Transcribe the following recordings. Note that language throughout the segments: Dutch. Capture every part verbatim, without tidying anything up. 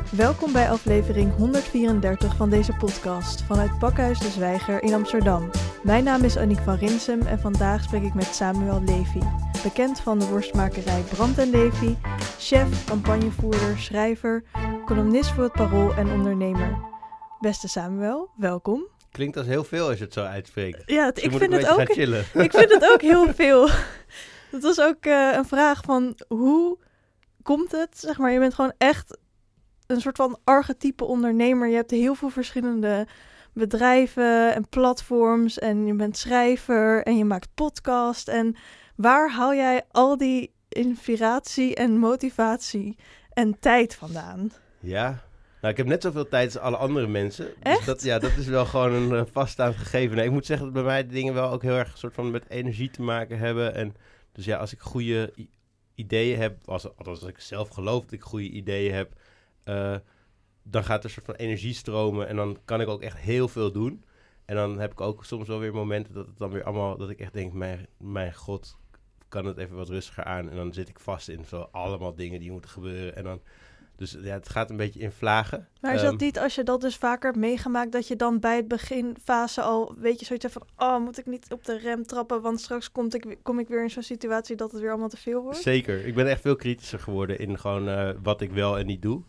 Welkom bij aflevering honderdvierendertig van deze podcast vanuit Pakhuis de Zwijger in Amsterdam. Mijn naam is Aniek van Rinsum en vandaag spreek ik met Samuel Levy. Bekend van de worstmakerij Brand en Levy, chef, campagnevoerder, schrijver, columnist voor het Parool en ondernemer. Beste Samuel, welkom. Klinkt als heel veel als je het zo uitspreekt. Ja, het, dus ik, moet vind ik, het ook, ik vind het ook heel veel. Dat was ook uh, een vraag van hoe komt het? Zeg maar, je bent gewoon echt een soort van archetype ondernemer. Je hebt heel veel verschillende bedrijven en platforms en je bent schrijver en je maakt podcast. En waar haal jij al die inspiratie en motivatie en tijd vandaan? Ja, nou ik heb net zoveel tijd als alle andere mensen. Echt? Dus dat, ja, dat is wel gewoon een uh, vaststaand gegeven. Nee, ik moet zeggen dat bij mij de dingen wel ook heel erg een soort van met energie te maken hebben. En dus ja, als ik goede i- ideeën heb, als, althans als ik zelf geloof dat ik goede ideeën heb, uh, dan gaat er een soort van energie stromen en dan kan ik ook echt heel veel doen. En dan heb ik ook soms wel weer momenten dat het dan weer allemaal, dat ik echt denk, mijn, mijn god, kan het even wat rustiger aan. En dan zit ik vast in zo allemaal dingen die moeten gebeuren. En dan, dus ja, het gaat een beetje in vlagen. Maar is dat Um, niet, als je dat dus vaker hebt meegemaakt, dat je dan bij het beginfase al, weet je, zoiets hebt van, oh, moet ik niet op de rem trappen, want straks kom ik, kom ik weer in zo'n situatie dat het weer allemaal te veel wordt? Zeker. Ik ben echt veel kritischer geworden in gewoon uh, wat ik wel en niet doe.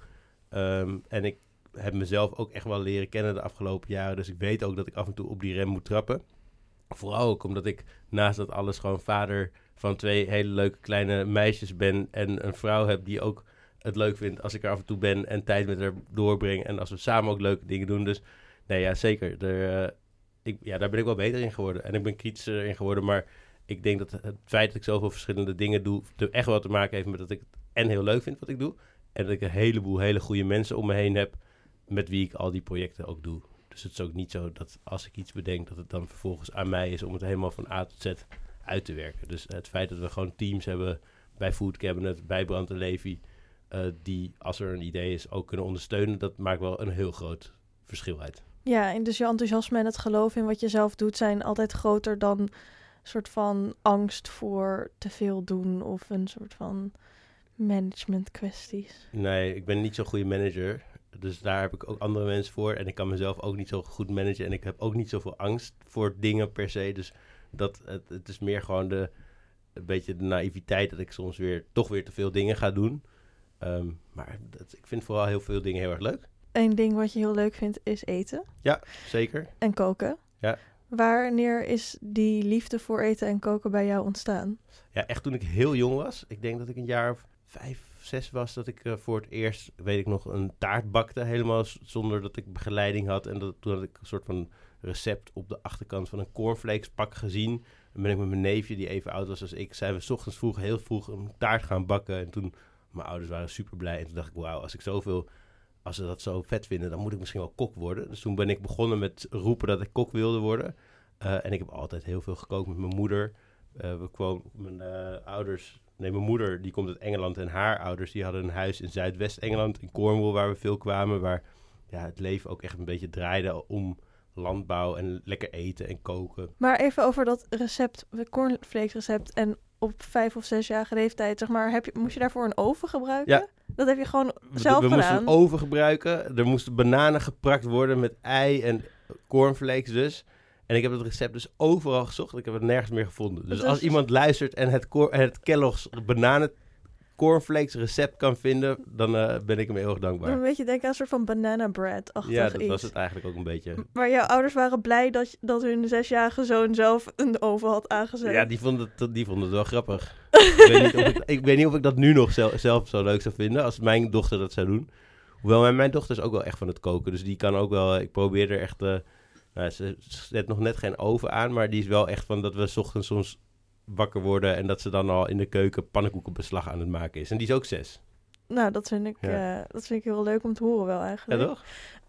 Um, en ik heb mezelf ook echt wel leren kennen de afgelopen jaren. Dus ik weet ook dat ik af en toe op die rem moet trappen. Vooral ook omdat ik naast dat alles gewoon vader van twee hele leuke kleine meisjes ben. En een vrouw heb die ook het leuk vindt als ik er af en toe ben en tijd met haar doorbreng. En als we samen ook leuke dingen doen. Dus nee, ja, zeker. Er, uh, ik, ja, daar ben ik wel beter in geworden. En ik ben kritischer in geworden. Maar ik denk dat het feit dat ik zoveel verschillende dingen doe, er echt wel te maken heeft met dat ik het en heel leuk vind wat ik doe. En dat ik een heleboel hele goede mensen om me heen heb met wie ik al die projecten ook doe. Dus het is ook niet zo dat als ik iets bedenk, dat het dan vervolgens aan mij is om het helemaal van A tot Z uit te werken. Dus het feit dat we gewoon teams hebben bij Food Cabinet, bij Brand en Levy, uh, die als er een idee is ook kunnen ondersteunen, dat maakt wel een heel groot verschil uit. Ja, en dus je enthousiasme en het geloof in wat je zelf doet zijn altijd groter dan een soort van angst voor te veel doen of een soort van management kwesties. Nee, ik ben niet zo'n goede manager. Dus daar heb ik ook andere mensen voor. En ik kan mezelf ook niet zo goed managen. En ik heb ook niet zoveel angst voor dingen per se. Dus dat, het, het is meer gewoon de, een beetje de naïviteit dat ik soms weer toch weer te veel dingen ga doen. Um, maar dat, ik vind vooral heel veel dingen heel erg leuk. Eén ding wat je heel leuk vindt is eten. Ja, zeker. En koken. Ja. Wanneer is die liefde voor eten en koken bij jou ontstaan? Ja, echt toen ik heel jong was. Ik denk dat ik een jaar of vijf, zes was dat ik uh, voor het eerst, weet ik nog, een taart bakte. Helemaal z- zonder dat ik begeleiding had. En dat, toen had ik een soort van recept op de achterkant van een cornflakes pak gezien. Dan ben ik met mijn neefje, die even oud was als ik, zijn we 's ochtends vroeg, heel vroeg, een taart gaan bakken. En toen, mijn ouders waren super blij. En toen dacht ik, wauw, als ik zoveel, als ze dat zo vet vinden, dan moet ik misschien wel kok worden. Dus toen ben ik begonnen met roepen dat ik kok wilde worden. Uh, en ik heb altijd heel veel gekookt met mijn moeder. Uh, we kwamen, mijn uh, ouders... Nee, mijn moeder die komt uit Engeland en haar ouders die hadden een huis in Zuidwest-Engeland, in Cornwall, waar we veel kwamen. Waar ja, het leven ook echt een beetje draaide om landbouw en lekker eten en koken. Maar even over dat recept, het cornflakes recept en op vijf of zesjarige leeftijd, zeg maar, heb je, moest je daarvoor een oven gebruiken? Ja. Dat heb je gewoon We, zelf we gedaan? moesten een oven gebruiken. Er moesten bananen geprakt worden met ei en cornflakes dus. En ik heb het recept dus overal gezocht. Ik heb het nergens meer gevonden. Dus is... als iemand luistert en het, cor- het Kellogg's bananen cornflakes recept kan vinden, dan uh, ben ik hem heel erg dankbaar. Een beetje denken aan een soort van banana bread-achtig Ja, dat iets. was het eigenlijk ook een beetje. Maar jouw ouders waren blij dat, dat hun zesjarige zoon zelf een oven had aangezet. Ja, die vonden het, die vonden het wel grappig. ik, weet niet of ik, ik weet niet of ik dat nu nog zelf, zelf zo leuk zou vinden als mijn dochter dat zou doen. Hoewel mijn, mijn dochter is ook wel echt van het koken. Dus die kan ook wel, ik probeer er echt... Uh, nou, ze zet nog net geen oven aan, maar die is wel echt van dat we 's ochtends soms wakker worden en dat ze dan al in de keuken pannenkoekenbeslag aan het maken is. En die is ook zes. Nou, dat vind ik, Ja. uh, dat vind ik heel leuk om te horen wel eigenlijk. Ja, toch?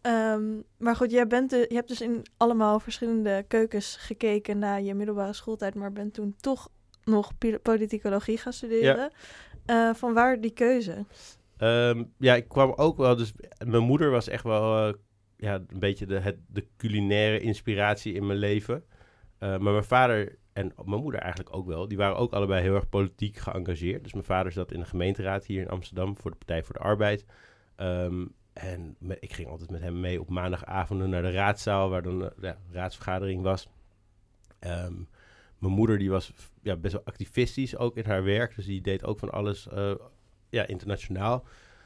Um, maar goed, jij bent de, je hebt dus in allemaal verschillende keukens gekeken na je middelbare schooltijd, maar bent toen toch nog politicologie gaan studeren. Ja. Uh, van waar die keuze? Um, ja, ik kwam ook wel, dus mijn moeder was echt wel... Uh, ja, een beetje de, het, de culinaire inspiratie in mijn leven. Uh, maar mijn vader en mijn moeder eigenlijk ook wel, die waren ook allebei heel erg politiek geëngageerd. Dus mijn vader zat in de gemeenteraad hier in Amsterdam voor de Partij voor de Arbeid. Um, En me, ik ging altijd met hem mee op maandagavonden naar de raadzaal, waar dan uh, ja, raadsvergadering was. Um, mijn moeder die was ja, best wel activistisch ook in haar werk. Dus die deed ook van alles uh, ja, internationaal.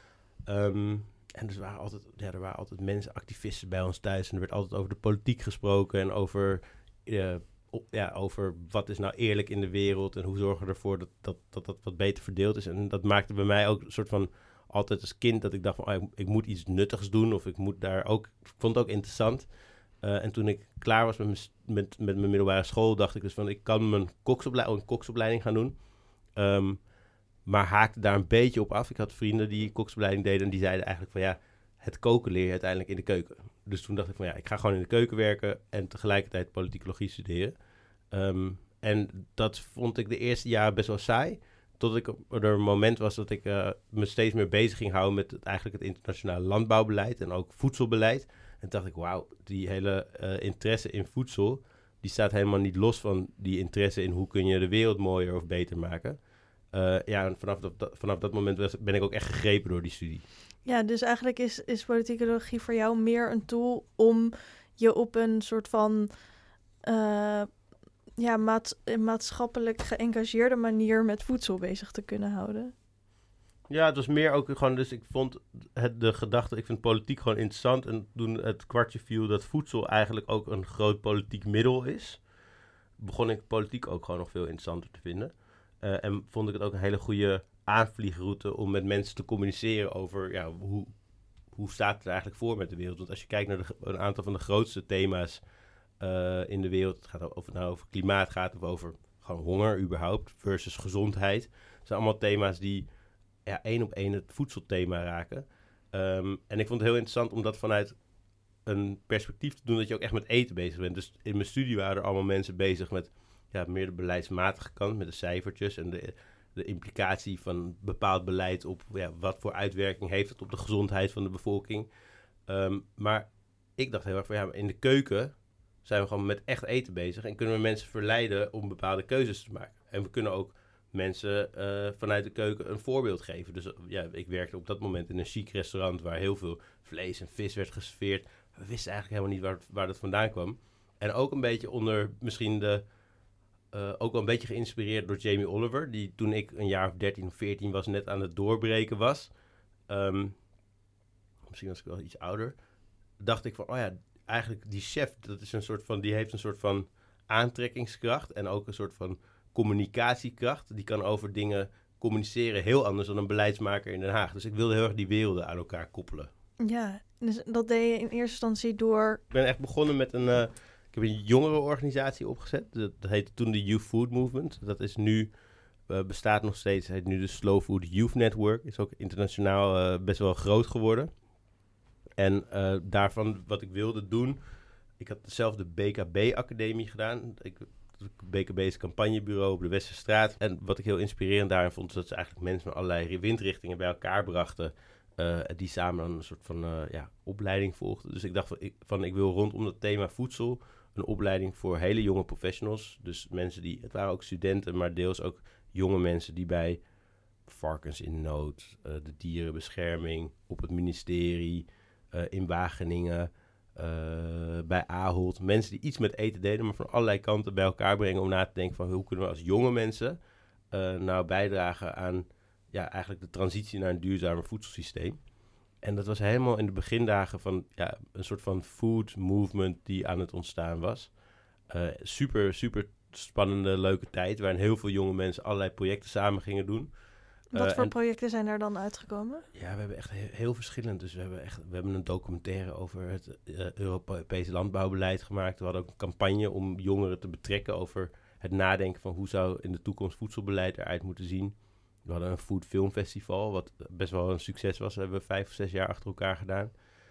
Um, en dus waren altijd, ja, er waren altijd mensen, activisten bij ons thuis. En er werd altijd over de politiek gesproken en over, uh, op, ja, over wat is nou eerlijk in de wereld. En hoe zorgen we ervoor dat dat, dat dat wat beter verdeeld is. En dat maakte bij mij ook een soort van altijd als kind dat ik dacht van oh, ik, ik moet iets nuttigs doen. Of ik moet daar ook, ik vond het ook interessant. Uh, en toen ik klaar was met mijn, met, met mijn middelbare school, dacht ik dus van, ik kan mijn koksopleiding, een koksopleiding gaan doen. Um, maar haakte daar een beetje op af. Ik had vrienden die koksopleiding deden en die zeiden eigenlijk van, ja, het koken leer je uiteindelijk in de keuken. Dus toen dacht ik van, ja, ik ga gewoon in de keuken werken en tegelijkertijd politicologie studeren. Um, en dat vond ik de eerste jaren best wel saai. Tot ik er een moment was dat ik uh, me steeds meer bezig ging houden met het, eigenlijk het internationale landbouwbeleid en ook voedselbeleid. En dacht ik, wauw, die hele uh, interesse in voedsel, die staat helemaal niet los van die interesse in hoe kun je de wereld mooier of beter maken. Uh, ja, en vanaf dat, vanaf dat moment was, ben ik ook echt gegrepen door die studie. Ja, dus eigenlijk is, is politicologie voor jou meer een tool om je op een soort van uh, ja, maats, maatschappelijk geëngageerde manier met voedsel bezig te kunnen houden. Ja, het was meer ook gewoon, dus ik vond het, de gedachte, ik vind politiek gewoon interessant. En toen het kwartje viel dat voedsel eigenlijk ook een groot politiek middel is, begon ik politiek ook gewoon nog veel interessanter te vinden. Uh, en vond ik het ook een hele goede aanvliegroute om met mensen te communiceren over, ja, hoe, hoe staat het er eigenlijk voor met de wereld. Want als je kijkt naar de, een aantal van de grootste thema's uh, in de wereld, het gaat of het nou over klimaat gaat of over gewoon honger überhaupt versus gezondheid. Het zijn allemaal thema's die ja, één op één het voedselthema raken. Um, en ik vond het heel interessant om dat vanuit een perspectief te doen dat je ook echt met eten bezig bent. Dus in mijn studie waren er allemaal mensen bezig met ja, meer de beleidsmatige kant, met de cijfertjes en de, de implicatie van bepaald beleid op ja, wat voor uitwerking heeft het op de gezondheid van de bevolking. Um, maar ik dacht heel erg van ja, in de keuken zijn we gewoon met echt eten bezig en kunnen we mensen verleiden om bepaalde keuzes te maken. En we kunnen ook mensen uh, vanuit de keuken een voorbeeld geven. Dus uh, ja, ik werkte op dat moment in een chic restaurant waar heel veel vlees en vis werd geserveerd. We wisten eigenlijk helemaal niet waar, waar dat vandaan kwam. En ook een beetje onder misschien de Uh, ook wel een beetje geïnspireerd door Jamie Oliver, die toen ik een jaar of dertien of veertien was, net aan het doorbreken was. Um, misschien was ik wel iets ouder. Dacht ik van, oh ja, eigenlijk die chef, dat is een soort van, die heeft een soort van aantrekkingskracht en ook een soort van communicatiekracht. Die kan over dingen communiceren heel anders dan een beleidsmaker in Den Haag. Dus ik wilde heel erg die werelden aan elkaar koppelen. Ja, dus dat deed je in eerste instantie door... Ik ben echt begonnen met een... Uh, Ik heb een jongerenorganisatie opgezet. Dat, dat heette toen de Youth Food Movement. Dat is nu, uh, bestaat nog steeds, heet nu de Slow Food Youth Network. Is ook internationaal uh, best wel groot geworden. En uh, daarvan wat ik wilde doen, ik had zelf de B K B-academie gedaan. Ik, B K B is een campagnebureau op de Westerstraat. En wat ik heel inspirerend daarin vond, is dat ze eigenlijk mensen van allerlei windrichtingen bij elkaar brachten. Uh, die samen een soort van uh, ja, opleiding volgden. Dus ik dacht van ik, van, ik wil rondom het thema voedsel een opleiding voor hele jonge professionals. Dus mensen die, het waren ook studenten, maar deels ook jonge mensen die bij Varkens in Nood, uh, de dierenbescherming, op het ministerie, uh, in Wageningen, uh, bij Ahold. Mensen die iets met eten deden, maar van allerlei kanten bij elkaar brengen om na te denken van hoe kunnen we als jonge mensen uh, nou bijdragen aan ja, eigenlijk de transitie naar een duurzamer voedselsysteem. En dat was helemaal in de begindagen van ja, een soort van food movement die aan het ontstaan was. Uh, super, super spannende, leuke tijd, waarin heel veel jonge mensen allerlei projecten samen gingen doen. Wat uh, voor en, projecten zijn er dan uitgekomen? Ja, we hebben echt heel, heel verschillend. Dus we hebben, echt, we hebben een documentaire over het uh, Europese landbouwbeleid gemaakt. We hadden ook een campagne om jongeren te betrekken over het nadenken van hoe zou in de toekomst voedselbeleid eruit moeten zien. We hadden een food filmfestival, wat best wel een succes was. Dat hebben we vijf of zes jaar achter elkaar gedaan.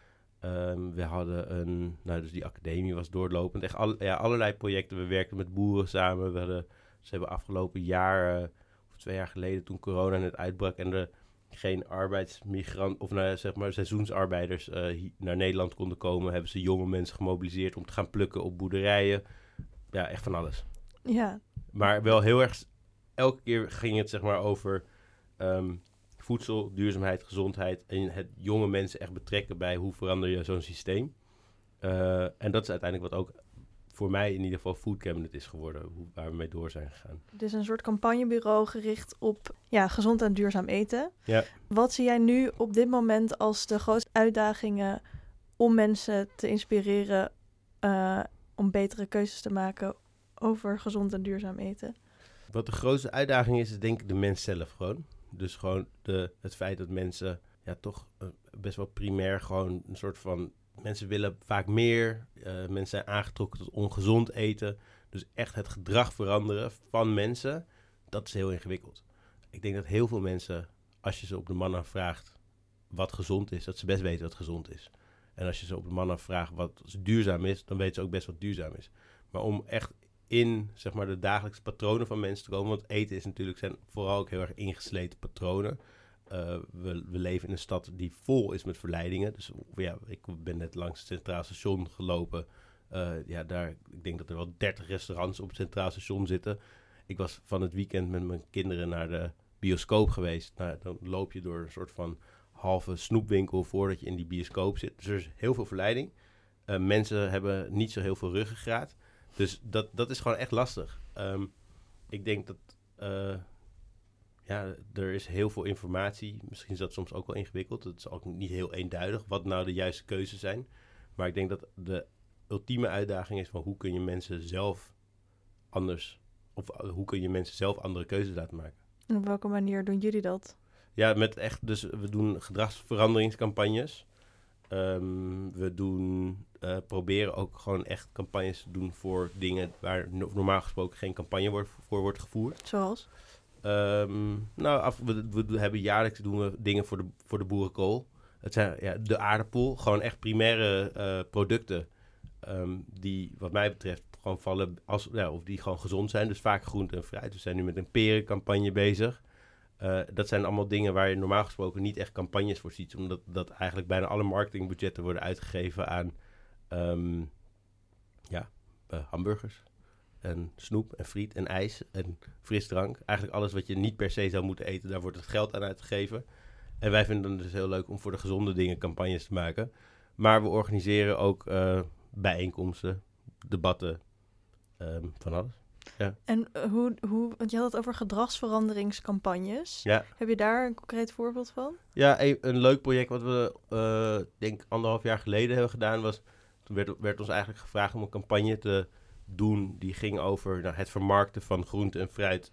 Um, we hadden een, nou dus die academie was doorlopend. Echt al, ja, allerlei projecten. We werkten met boeren samen. We hadden, ze hebben afgelopen jaar, uh, of twee jaar geleden, toen corona net uitbrak en er geen arbeidsmigrant, of nou, zeg maar seizoensarbeiders uh, hier naar Nederland konden komen, hebben ze jonge mensen gemobiliseerd om te gaan plukken op boerderijen. Ja, echt van alles. Ja. Maar wel heel erg... Elke keer ging het zeg maar over um, voedsel, duurzaamheid, gezondheid en het jonge mensen echt betrekken bij hoe verander je zo'n systeem. Uh, en dat is uiteindelijk wat ook voor mij in ieder geval Food Cabinet is geworden, hoe, waar we mee door zijn gegaan. Het is een soort campagnebureau gericht op ja, gezond en duurzaam eten. Ja. Wat zie jij nu op dit moment als de grootste uitdagingen om mensen te inspireren uh, om betere keuzes te maken over gezond en duurzaam eten? Wat de grootste uitdaging is, is denk ik de mens zelf gewoon. Dus gewoon de, het feit dat mensen ja toch uh, best wel primair gewoon een soort van... Mensen willen vaak meer. Uh, mensen zijn aangetrokken tot ongezond eten. Dus echt het gedrag veranderen van mensen, dat is heel ingewikkeld. Ik denk dat heel veel mensen, als je ze op de man afvraagt wat gezond is, dat ze best weten wat gezond is. En als je ze op de man afvraagt wat duurzaam is, dan weten ze ook best wat duurzaam is. Maar om echt in zeg maar, de dagelijkse patronen van mensen te komen, want eten is natuurlijk zijn vooral ook heel erg ingesleten patronen. Uh, we, we leven in een stad die vol is met verleidingen. Dus ja, ik ben net langs het Centraal Station gelopen. Uh, ja, daar, ik denk dat er wel dertig restaurants op het Centraal Station zitten. Ik was van het weekend met mijn kinderen naar de bioscoop geweest. Nou, dan loop je door een soort van halve snoepwinkel voordat je in die bioscoop zit. Dus er is heel veel verleiding. Uh, mensen hebben niet zo heel veel ruggengraat. Dus dat, dat is gewoon echt lastig. Um, ik denk dat... Uh, Ja, er is heel veel informatie. Misschien is dat soms ook wel ingewikkeld. Het is ook niet heel eenduidig wat nou de juiste keuzes zijn. Maar ik denk dat de ultieme uitdaging is van hoe kun je mensen zelf anders... Of hoe kun je mensen zelf andere keuzes laten maken. En op welke manier doen jullie dat? Ja, met echt... Dus we doen gedragsveranderingscampagnes. Um, we doen... Uh, proberen ook gewoon echt campagnes te doen voor dingen waar no- normaal gesproken geen campagne wordt, voor wordt gevoerd. Zoals? Um, nou, af, we, we hebben jaarlijks doen we dingen voor de, voor de boerenkool. Het zijn ja, de aardappel, gewoon echt primaire uh, producten um, die wat mij betreft gewoon vallen, als, ja, of die gewoon gezond zijn. Dus vaak groente en fruit. We zijn nu met een perencampagne bezig. Uh, dat zijn allemaal dingen waar je normaal gesproken niet echt campagnes voor ziet. Omdat dat eigenlijk bijna alle marketingbudgetten worden uitgegeven aan um, ja, uh, hamburgers. En snoep en friet en ijs en frisdrank. Eigenlijk alles wat je niet per se zou moeten eten, daar wordt het geld aan uitgegeven. En wij vinden het dus heel leuk om voor de gezonde dingen campagnes te maken. Maar we organiseren ook uh, bijeenkomsten, debatten, um, van alles. Ja. En uh, hoe, hoe, want je had het over gedragsveranderingscampagnes. Ja. Heb je daar een concreet voorbeeld van? Ja, een, een leuk project wat we, uh, denk anderhalf jaar geleden hebben gedaan was... Toen werd, werd ons eigenlijk gevraagd om een campagne te doen die ging over nou, het vermarkten van groente en fruit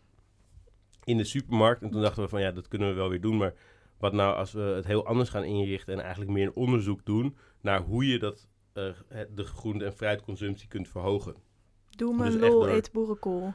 in de supermarkt. En toen dachten we van ja, dat kunnen we wel weer doen, maar wat nou als we het heel anders gaan inrichten en eigenlijk meer een onderzoek doen naar hoe je dat, uh, het, de groente- en fruitconsumptie kunt verhogen. Doe me Dus lol, door... eet boerenkool.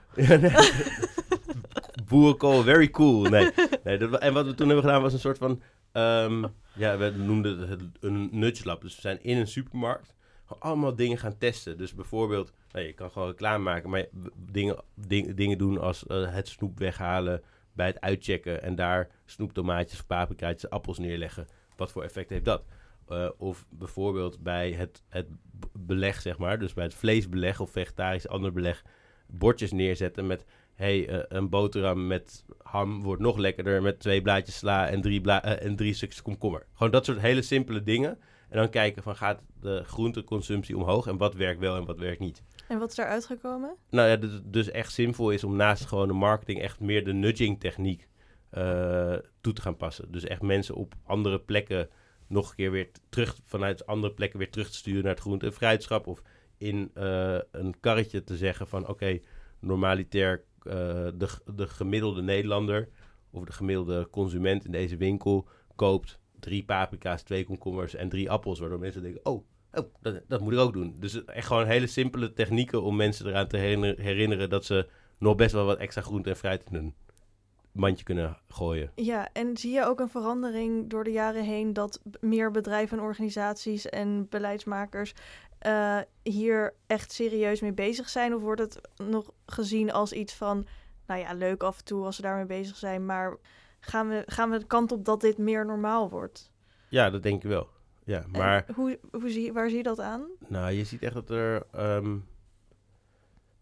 Boerenkool, very cool. Nee, nee dat, en wat we toen hebben gedaan was een soort van, um, ja, we noemden het een nudge lab. Dus we zijn in een supermarkt allemaal dingen gaan testen. Dus bijvoorbeeld, nou, je kan gewoon reclame maken, maar dingen, ding, dingen doen als uh, het snoep weghalen bij het uitchecken en daar snoeptomaatjes of paprikaatjes, appels neerleggen. Wat voor effect heeft dat? Uh, of bijvoorbeeld bij het, het beleg, zeg maar, dus bij het vleesbeleg of vegetarisch ander beleg, bordjes neerzetten met, hey, uh, een boterham met ham wordt nog lekkerder met twee blaadjes sla en drie, bla- uh, en drie stukjes komkommer. Gewoon dat soort hele simpele dingen. En dan kijken van, gaat de groenteconsumptie omhoog en wat werkt wel en wat werkt niet. En wat is daar uitgekomen? Nou ja, dus, dus echt zinvol is om naast gewoon de marketing echt meer de nudging techniek uh, toe te gaan passen. Dus echt mensen op andere plekken nog een keer weer terug, vanuit andere plekken weer terug te sturen naar het groente- en fruitschap. Of in uh, een karretje te zeggen van, oké, okay, normalitair uh, de, de gemiddelde Nederlander of de gemiddelde consument in deze winkel koopt drie paprika's, twee komkommers en drie appels. Waardoor mensen denken, oh, oh dat, dat moet ik ook doen. Dus echt gewoon hele simpele technieken om mensen eraan te herinner, herinneren dat ze nog best wel wat extra groente en fruit in hun mandje kunnen gooien. Ja, en zie je ook een verandering door de jaren heen dat meer bedrijven en organisaties en beleidsmakers uh, hier echt serieus mee bezig zijn? Of wordt het nog gezien als iets van, nou ja, leuk af en toe als ze daarmee bezig zijn, maar gaan we, gaan we de kant op dat dit meer normaal wordt? Ja, dat denk ik wel. Ja, maar en hoe, hoe zie, waar zie je dat aan? Nou, je ziet echt dat er... Um,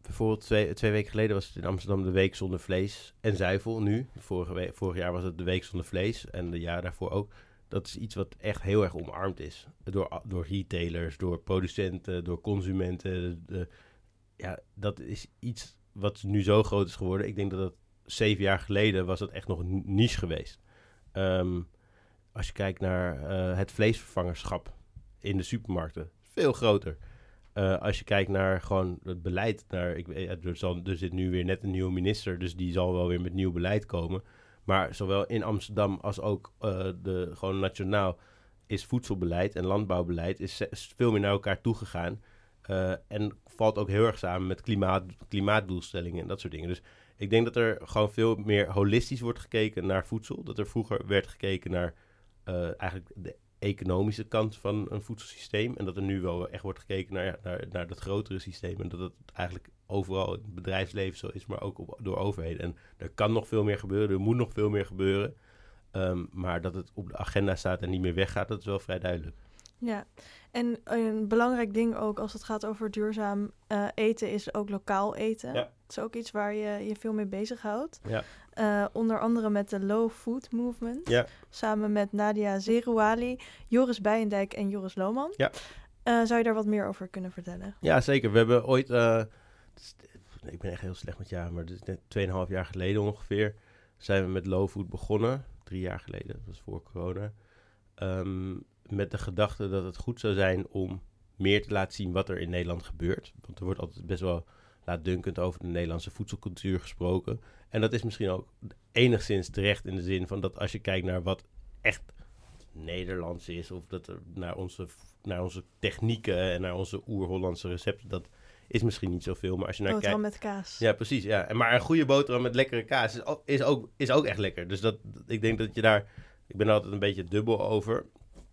bijvoorbeeld twee, twee weken geleden was het in Amsterdam de Week Zonder Vlees en Zuivel nu. Vorige we- vorig jaar was het de Week Zonder Vlees en de jaar daarvoor ook. Dat is iets wat echt heel erg omarmd is. Door, door retailers, door producenten, door consumenten. De, de, ja, dat is iets wat nu zo groot is geworden. Ik denk dat dat zeven jaar geleden was dat echt nog een niche geweest. Um, als je kijkt naar uh, het vleesvervangerschap in de supermarkten, veel groter. Uh, als je kijkt naar gewoon het beleid. Naar, ik, er, zal, er zit nu weer net een nieuwe minister, dus die zal wel weer met nieuw beleid komen. Maar zowel in Amsterdam als ook uh, de, gewoon nationaal is voedselbeleid en landbouwbeleid is, is veel meer naar elkaar toegegaan. Uh, en valt ook heel erg samen met klimaat, klimaatdoelstellingen en dat soort dingen. Dus ik denk dat er gewoon veel meer holistisch wordt gekeken naar voedsel. Dat er vroeger werd gekeken naar uh, eigenlijk de economische kant van een voedselsysteem. En dat er nu wel echt wordt gekeken naar, naar, naar dat grotere systeem. En dat het eigenlijk overal in het bedrijfsleven zo is, maar ook op, door overheden. En er kan nog veel meer gebeuren, er moet nog veel meer gebeuren. Um, maar dat het op de agenda staat en niet meer weggaat, dat is wel vrij duidelijk. Ja, en een belangrijk ding ook als het gaat over duurzaam uh, eten is ook lokaal eten. Ja. Dat is ook iets waar je je veel mee bezighoudt. Ja. Uh, onder andere met de Low Food Movement. Ja. Samen met Nadia Zerouali, Joris Bijendijk en Joris Lohman. Ja. Uh, zou je daar wat meer over kunnen vertellen? Ja, zeker. We hebben ooit... Uh, ik ben echt heel slecht met jaar, maar het is net tweeënhalf jaar geleden ongeveer zijn we met Low Food begonnen. Drie jaar geleden, dat was voor corona. Um, met de gedachte dat het goed zou zijn om meer te laten zien wat er in Nederland gebeurt. Want er wordt altijd best wel laatdunkend over de Nederlandse voedselcultuur gesproken. En dat is misschien ook enigszins terecht in de zin van dat als je kijkt naar wat echt Nederlands is, of dat er naar onze, naar onze technieken en naar onze oer-Hollandse recepten, dat is misschien niet zoveel. Maar als je naar boterham kijkt, met kaas. Ja, precies. Ja. En maar een goede boterham met lekkere kaas is ook, is ook, is ook echt lekker. Dus dat, ik denk dat je daar... Ik ben er altijd een beetje dubbel over.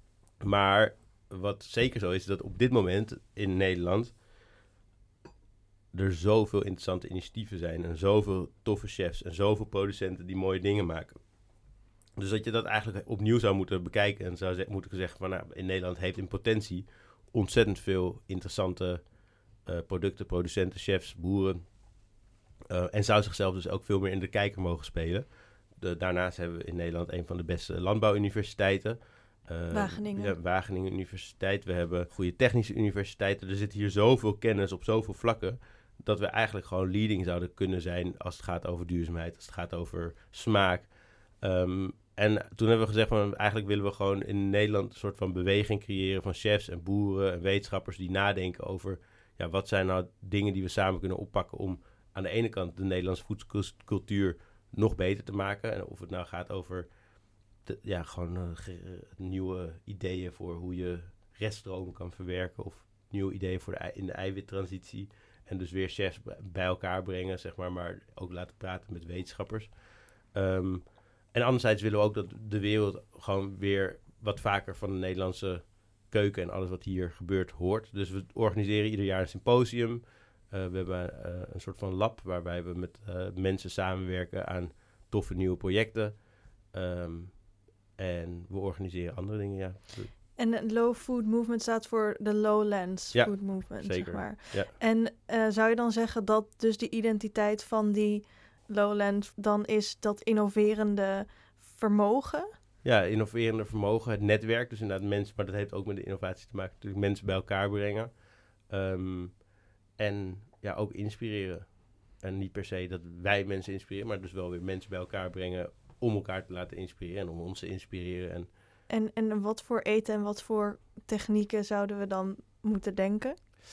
Maar wat zeker zo is, is dat op dit moment in Nederland er zoveel interessante initiatieven zijn en zoveel toffe chefs en zoveel producenten die mooie dingen maken. Dus dat je dat eigenlijk opnieuw zou moeten bekijken en zou ze- moeten zeggen van nou, in Nederland heeft in potentie ontzettend veel interessante uh, producten, producenten, chefs, boeren. Uh, en zou zichzelf dus ook veel meer in de kijker mogen spelen. De, daarnaast hebben we in Nederland een van de beste landbouwuniversiteiten. Uh, Wageningen. Ja, Wageningen Universiteit. We hebben goede technische universiteiten. Er zit hier zoveel kennis op zoveel vlakken, dat we eigenlijk gewoon leading zouden kunnen zijn als het gaat over duurzaamheid, als het gaat over smaak. Um, en toen hebben we gezegd van eigenlijk willen we gewoon in Nederland een soort van beweging creëren van chefs en boeren en wetenschappers die nadenken over ja, wat zijn nou dingen die we samen kunnen oppakken om aan de ene kant de Nederlandse voedselcultuur nog beter te maken. En of het nou gaat over de, ja, gewoon uh, ge, uh, nieuwe ideeën voor hoe je reststromen kan verwerken of nieuwe ideeën voor de, ei- in de eiwittransitie. En dus weer chefs b- bij elkaar brengen, zeg maar, maar ook laten praten met wetenschappers. Um, en anderzijds willen we ook dat de wereld gewoon weer wat vaker van de Nederlandse keuken en alles wat hier gebeurt hoort. Dus we organiseren ieder jaar een symposium. Uh, we hebben uh, een soort van lab waarbij we met uh, mensen samenwerken aan toffe nieuwe projecten. Um, en we organiseren andere dingen, ja. En de Low Food Movement staat voor de Lowlands Ja, Food Movement, zeker. zeg maar. Ja. En uh, zou je dan zeggen dat dus die identiteit van die Lowlands dan is dat innoverende vermogen? Ja, innoverende vermogen, het netwerk. Dus inderdaad mensen, maar dat heeft ook met de innovatie te maken. Natuurlijk mensen bij elkaar brengen. Um, en ja, ook inspireren. En niet per se dat wij mensen inspireren, maar dus wel weer mensen bij elkaar brengen om elkaar te laten inspireren en om ons te inspireren. En En, en wat voor eten en wat voor technieken zouden we dan moeten denken?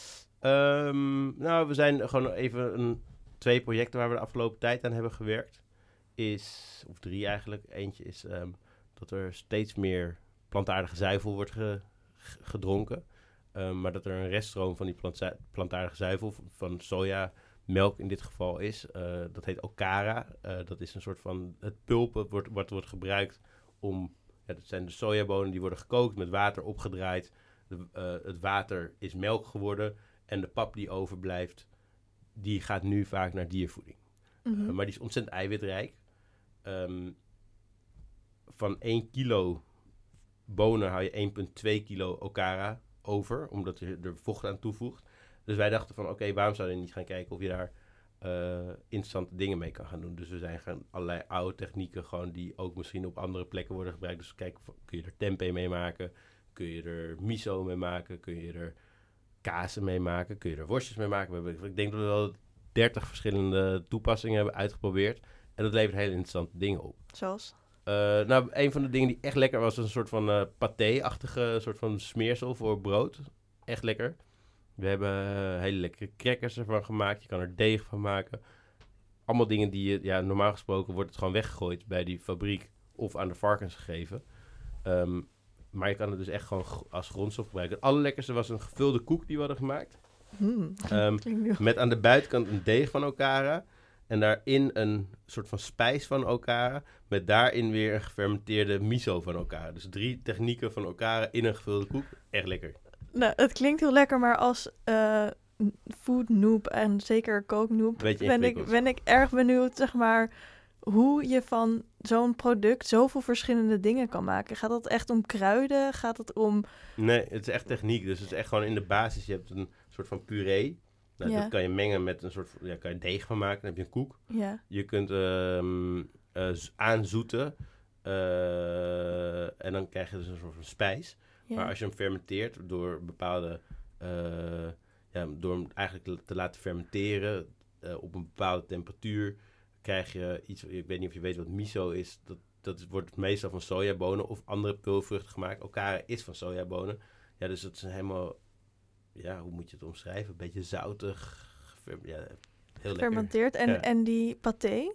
Um, nou, we zijn gewoon even een, twee projecten waar we de afgelopen tijd aan hebben gewerkt. Is, of drie eigenlijk. Eentje is um, dat er steeds meer plantaardige zuivel wordt ge, g- gedronken. Um, maar dat er een reststroom van die plant, plantaardige zuivel, van sojamelk in dit geval is. Uh, dat heet okara. Uh, dat is een soort van het pulpen wordt, wat wordt gebruikt om... Ja, dat zijn de sojabonen die worden gekookt, met water opgedraaid. De, uh, het water is melk geworden. En de pap die overblijft, die gaat nu vaak naar diervoeding. Mm-hmm. Uh, maar die is ontzettend eiwitrijk. Um, van één kilo bonen hou je één komma twee kilo okara over, omdat je er vocht aan toevoegt. Dus wij dachten van, oké, okay, waarom zou je niet gaan kijken of je daar uh, interessante dingen mee kan gaan doen. Dus we zijn gaan allerlei oude technieken gewoon die ook misschien op andere plekken worden gebruikt. Dus kijk, kun je er tempeh mee maken? Kun je er miso mee maken? Kun je er kazen mee maken? Kun je er worstjes mee maken? We hebben, ik denk dat we wel dertig verschillende toepassingen hebben uitgeprobeerd. En dat levert hele interessante dingen op. Zoals? Uh, nou, een van de dingen die echt lekker was, was een soort van uh, paté-achtige soort van smeersel voor brood. Echt lekker. We hebben uh, hele lekkere crackers ervan gemaakt. Je kan er deeg van maken. Allemaal dingen die je, ja, normaal gesproken wordt het gewoon weggegooid bij die fabriek of aan de varkens gegeven. Um, maar je kan het dus echt gewoon g- als grondstof gebruiken. Het allerlekkerste was een gevulde koek die we hadden gemaakt. Hmm, um, met aan de buitenkant een deeg van Okara. En daarin een soort van spijs van Okara. Met daarin weer een gefermenteerde miso van Okara. Dus drie technieken van Okara in een gevulde koek. Echt lekker. Nou, het klinkt heel lekker, maar als uh, food noob en zeker kooknoob ben ik, ben ik erg benieuwd, zeg maar, hoe je van zo'n product zoveel verschillende dingen kan maken. Gaat het echt om kruiden? Gaat het om... Nee, het is echt techniek. Dus het is echt gewoon in de basis. Je hebt een soort van puree. Nou, ja. Dat kan je mengen met een soort van, ja, kan je deeg van maken. Dan heb je een koek. Ja. Je kunt um, uh, aanzoeten. Uh, en dan krijg je dus een soort van spijs. Ja. Maar als je hem fermenteert door bepaalde... Uh, ja, door hem eigenlijk te laten fermenteren uh, op een bepaalde temperatuur, krijg je iets... Ik weet niet of je weet wat miso is. Dat, dat wordt meestal van sojabonen of andere peulvruchten gemaakt. Okara is van sojabonen. Ja, dus dat is helemaal... Ja, hoe moet je het omschrijven? Een beetje zoutig. Ja, heel gefermenteerd. En, ja. en die paté?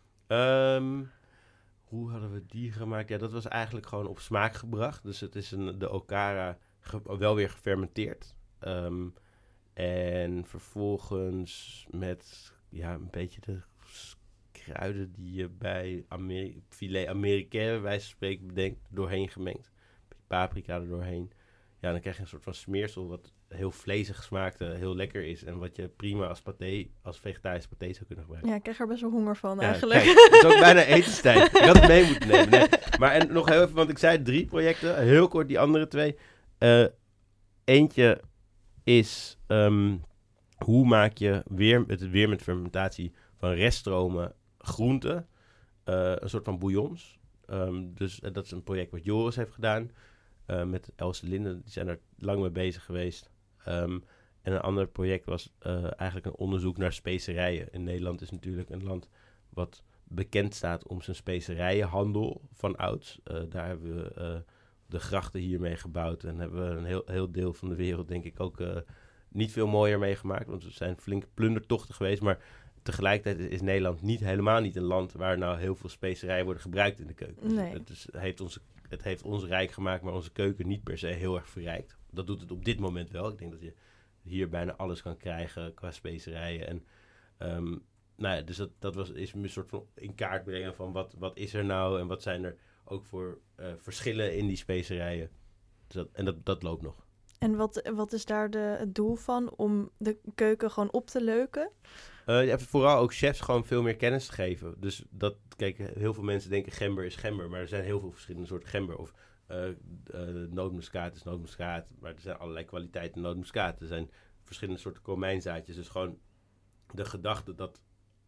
Um, hoe hadden we die gemaakt? Ja, dat was eigenlijk gewoon op smaak gebracht. Dus het is een, de Okara ge- wel weer gefermenteerd. Um, en vervolgens met ja, een beetje de kruiden die je bij Ameri- filet américain, bij wijze van spreken, bedenkt, doorheen gemengd. Een beetje paprika er doorheen. Ja, dan krijg je een soort van smeersel wat heel vlezig smaakt, uh, heel lekker is. En wat je prima als paté, als vegetarisch paté zou kunnen gebruiken. Ja, ik krijg er best wel honger van ja, eigenlijk. Kijk, het is ook bijna etenstijd. Ik had het mee moeten nemen. Nee. Maar en nog heel even, want ik zei drie projecten. Heel kort die andere twee. Uh, eentje is, um, hoe maak je weer, het weer met fermentatie van reststromen groenten. Uh, een soort van bouillons. Um, dus uh, dat is een project wat Joris heeft gedaan. Uh, met Else Linden, die zijn er lang mee bezig geweest. Um, en een ander project was uh, eigenlijk een onderzoek naar specerijen. In Nederland is natuurlijk een land wat bekend staat om zijn specerijenhandel van ouds. Uh, daar hebben we uh, de grachten hiermee gebouwd en hebben we een heel, heel deel van de wereld denk ik ook uh, niet veel mooier meegemaakt. Want er zijn flinke plundertochten geweest, maar tegelijkertijd is Nederland niet, helemaal niet een land waar nou heel veel specerijen worden gebruikt in de keuken. Nee. Dus het, is, het heeft onze Het heeft ons rijk gemaakt, maar onze keuken niet per se heel erg verrijkt. Dat doet het op dit moment wel. Ik denk dat je hier bijna alles kan krijgen qua specerijen. En, um, nou ja, dus dat, dat was, is een soort van in kaart brengen van wat, wat is er nou en wat zijn er ook voor uh, verschillen in die specerijen. Dus dat, en dat, dat loopt nog. En wat, wat is daar de, het doel van om de keuken gewoon op te leuken? Uh, ja, vooral ook chefs gewoon veel meer kennis te geven. Dus dat, kijk, heel veel mensen denken gember is gember, maar er zijn heel veel verschillende soorten gember. Of uh, uh, nootmuskaat is nootmuskaat, maar er zijn allerlei kwaliteiten nootmuskaat. Er zijn verschillende soorten komijnzaadjes. Dus gewoon de gedachte dat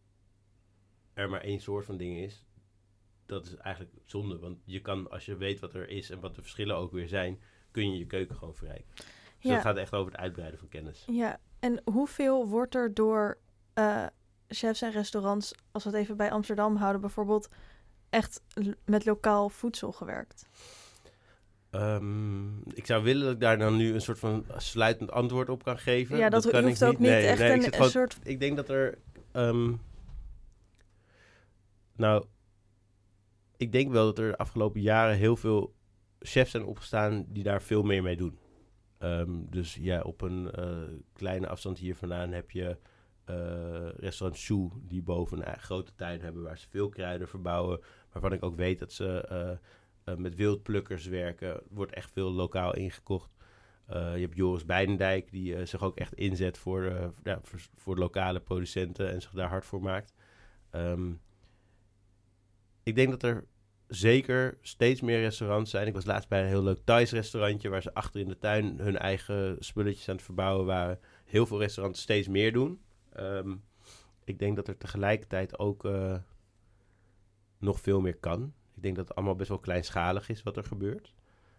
er maar één soort van ding is, dat is eigenlijk zonde. Want je kan, als je weet wat er is en wat de verschillen ook weer zijn, kun je je keuken gewoon verrijken. Dus ja. Dat gaat echt over het uitbreiden van kennis. Ja, en hoeveel wordt er door uh, chefs en restaurants, als we het even bij Amsterdam houden, bijvoorbeeld echt l- met lokaal voedsel gewerkt? Um, ik zou willen dat ik daar dan nu een soort van sluitend antwoord op kan geven. Ja, dat, dat kan hoeft ik ook niet, nee, echt nee, een, een gewoon, soort... Ik denk dat er... Um, nou, ik denk wel dat er de afgelopen jaren heel veel chefs zijn opgestaan die daar veel meer mee doen. Um, dus ja, op een uh, kleine afstand hier vandaan heb je uh, restaurant Choux, die boven een grote tuin hebben waar ze veel kruiden verbouwen. Waarvan ik ook weet dat ze uh, uh, met wildplukkers werken. Er wordt echt veel lokaal ingekocht. Uh, je hebt Joris Beidendijk, die uh, zich ook echt inzet voor, uh, ja, voor, voor lokale producenten en zich daar hard voor maakt. Um, ik denk dat er zeker steeds meer restaurants zijn. Ik was laatst bij een heel leuk Thais restaurantje waar ze achter in de tuin hun eigen spulletjes aan het verbouwen waren. Heel veel restaurants steeds meer doen. Um, ik denk dat er tegelijkertijd ook uh, nog veel meer kan. Ik denk dat het allemaal best wel kleinschalig is wat er gebeurt.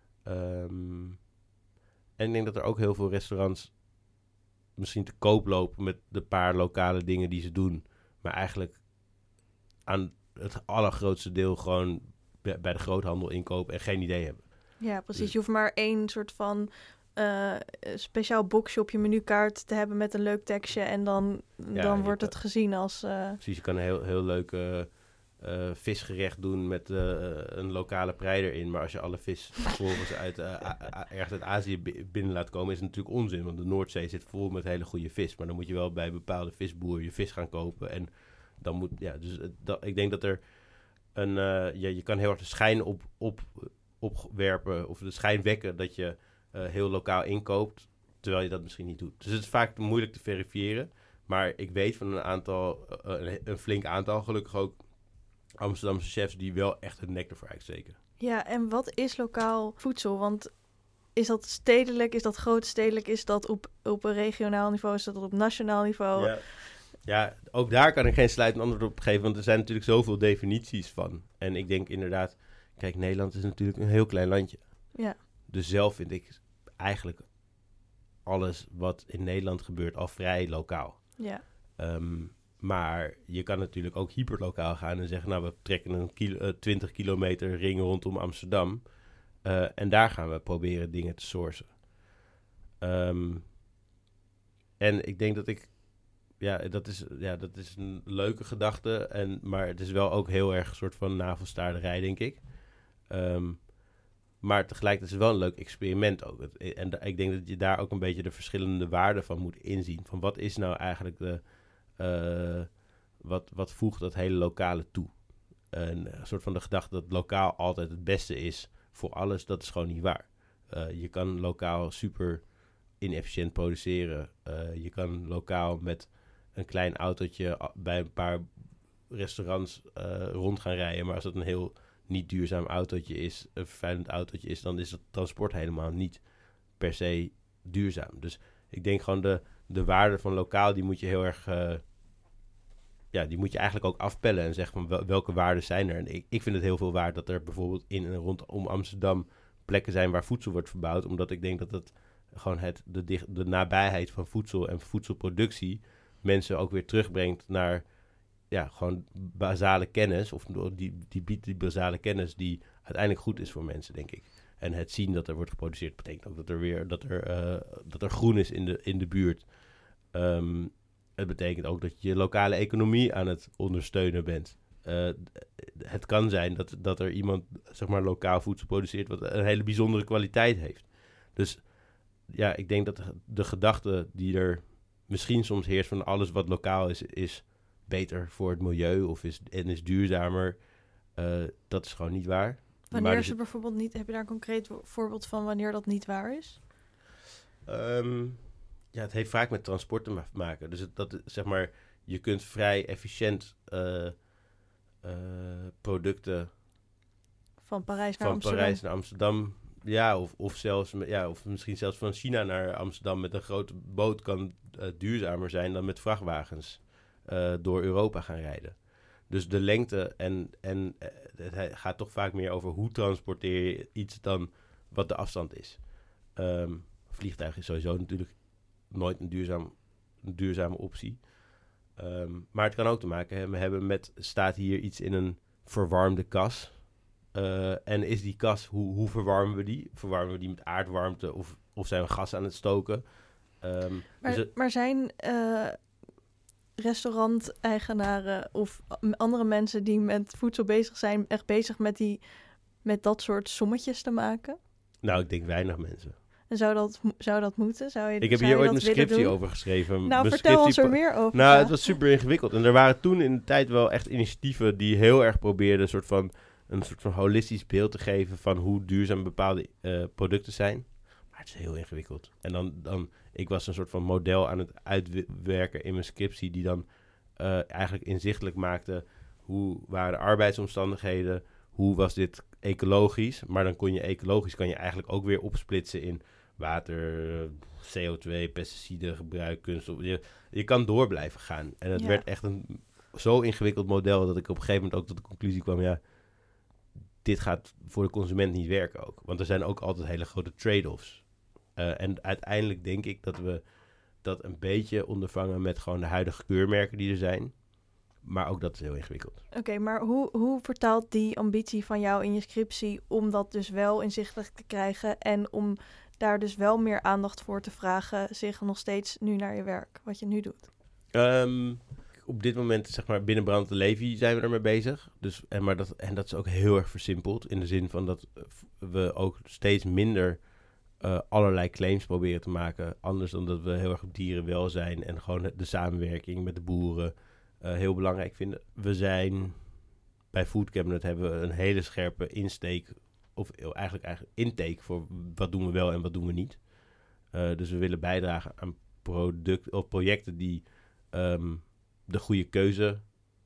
Um, en ik denk dat er ook heel veel restaurants misschien te koop lopen met de paar lokale dingen die ze doen. Maar eigenlijk aan het allergrootste deel gewoon bij de groothandel inkopen en geen idee hebben. Ja, precies. Dus je hoeft maar één soort van uh, speciaal boxje op je menukaart te hebben met een leuk tekstje. En dan, ja, dan wordt kan, het gezien als... Uh... Precies, je kan een heel, heel leuk uh, uh, visgerecht doen met uh, een lokale prei erin. Maar als je alle vis vervolgens uit, uh, a, a, ergens uit Azië binnen laat komen, is het natuurlijk onzin. Want de Noordzee zit vol met hele goede vis. Maar dan moet je wel bij bepaalde visboeren je vis gaan kopen. En dan moet... Ja, dus uh, dat, ik denk dat er een... Uh, ja, je kan heel erg de schijn op... op opwerpen of de schijn wekken dat je uh, heel lokaal inkoopt, terwijl je dat misschien niet doet. Dus het is vaak moeilijk te verifiëren, maar ik weet van een aantal, uh, een, een flink aantal gelukkig ook Amsterdamse chefs die wel echt hun nek ervoor uitsteken. Ja, en wat is lokaal voedsel? Want is dat stedelijk, is dat grootstedelijk, is dat op, op een regionaal niveau, is dat op nationaal niveau? Ja. Ja, ook daar kan ik geen sluitend antwoord op geven, want er zijn natuurlijk zoveel definities van. En ik denk inderdaad, kijk, Nederland is natuurlijk een heel klein landje. Ja. Dus zelf vind ik eigenlijk alles wat in Nederland gebeurt al vrij lokaal. Ja. Um, maar je kan natuurlijk ook hyperlokaal gaan en zeggen, nou, we trekken een kilo, uh, twintig kilometer ring rondom Amsterdam. Uh, en daar gaan we proberen dingen te sourcen. Um, en ik denk dat ik, ja, dat is, ja, dat is een leuke gedachte. En, maar het is wel ook heel erg een soort van navelstaarderij, denk ik. Um, maar tegelijkertijd is het wel een leuk experiment ook. Het, en da, ik denk dat je daar ook een beetje de verschillende waarden van moet inzien. Van wat is nou eigenlijk de... Uh, wat, wat voegt dat hele lokale toe? Een, een soort van de gedachte dat lokaal altijd het beste is voor alles, dat is gewoon niet waar. Uh, je kan lokaal super inefficiënt produceren. Uh, je kan lokaal met een klein autootje bij een paar restaurants uh, rond gaan rijden. Maar als dat een heel niet duurzaam autootje is, een vervuilend autootje is, dan is het transport helemaal niet per se duurzaam. Dus ik denk gewoon de, de waarde van lokaal, die moet je heel erg... Uh, ja, die moet je eigenlijk ook afpellen en zeggen van wel, welke waarden zijn er. En ik, ik vind het heel veel waard dat er bijvoorbeeld in en rondom Amsterdam plekken zijn waar voedsel wordt verbouwd. Omdat ik denk dat het gewoon het, de, dicht, de nabijheid van voedsel en voedselproductie mensen ook weer terugbrengt naar ja, gewoon basale kennis. Of die, die biedt die basale kennis die uiteindelijk goed is voor mensen, denk ik. En het zien dat er wordt geproduceerd betekent ook dat er weer dat er, uh, dat er groen is in de, in de buurt. Um, Het betekent ook dat je je lokale economie aan het ondersteunen bent. Uh, het kan zijn dat, dat er iemand, zeg maar, lokaal voedsel produceert wat een hele bijzondere kwaliteit heeft. Dus ja, ik denk dat de, de gedachte die er misschien soms heerst van alles wat lokaal is, is beter voor het milieu of is, en is duurzamer. Uh, dat is gewoon niet waar. Wanneer is het bijvoorbeeld niet, heb je daar een concreet voorbeeld van wanneer dat niet waar is? Um, Ja, het heeft vaak met transport te maken. Dus het, dat, zeg maar, je kunt vrij efficiënt uh, uh, producten van Parijs naar van Amsterdam. Parijs naar Amsterdam, ja, of, of zelfs, ja, of misschien zelfs van China naar Amsterdam met een grote boot kan uh, duurzamer zijn dan met vrachtwagens uh, door Europa gaan rijden. Dus de lengte en, en uh, het gaat toch vaak meer over hoe transporteer je iets dan wat de afstand is. Um, vliegtuig is sowieso natuurlijk nooit een, duurzaam, een duurzame optie. Um, maar het kan ook te maken hebben, hebben met, staat hier iets in een verwarmde kas? Uh, en is die kas, hoe, hoe verwarmen we die? Verwarmen we die met aardwarmte of, of zijn we gas aan het stoken? Um, maar, dus het, maar zijn uh, restauranteigenaren of andere mensen die met voedsel bezig zijn, echt bezig met, die, met dat soort sommetjes te maken? Nou, ik denk weinig mensen. En zou dat, zou dat moeten? Zou je, ik heb zou hier je ooit dat een scriptie doen? over geschreven. Nou, Mijn vertel ons er pa- meer over. Nou, ja. het was super ingewikkeld. En er waren toen in de tijd wel echt initiatieven die heel erg probeerden een soort van, een soort van holistisch beeld te geven van hoe duurzaam bepaalde uh, producten zijn. Maar het is heel ingewikkeld. En dan, dan, ik was een soort van model aan het uitwerken in mijn scriptie die dan uh, eigenlijk inzichtelijk maakte hoe waren de arbeidsomstandigheden, hoe was dit ecologisch. Maar dan kon je ecologisch kan je eigenlijk ook weer opsplitsen in water, C O twee, pesticiden gebruik, kunststof. Je, je kan door blijven gaan. En het Ja. werd echt een zo ingewikkeld model dat ik op een gegeven moment ook tot de conclusie kwam, ja, dit gaat voor de consument niet werken ook. Want er zijn ook altijd hele grote trade-offs. Uh, en uiteindelijk denk ik dat we dat een beetje ondervangen met gewoon de huidige keurmerken die er zijn. Maar ook dat is heel ingewikkeld. Oké, okay, maar hoe, hoe vertaalt die ambitie van jou in je scriptie om dat dus wel inzichtelijk te krijgen en om daar dus wel meer aandacht voor te vragen zich nog steeds nu naar je werk, wat je nu doet? Um, op dit moment, zeg maar, binnen Brand de Levi zijn we ermee bezig. Dus, en, maar dat, en dat is ook heel erg versimpeld in de zin van dat we ook steeds minder uh, allerlei claims proberen te maken. Anders dan dat we heel erg op dierenwelzijn en gewoon de samenwerking met de boeren uh, heel belangrijk vinden. We zijn bij Food Cabinet hebben we een hele scherpe insteek, of eigenlijk, eigenlijk intake voor wat doen we wel en wat doen we niet. Uh, dus we willen bijdragen aan product, of projecten die um, de goede keuze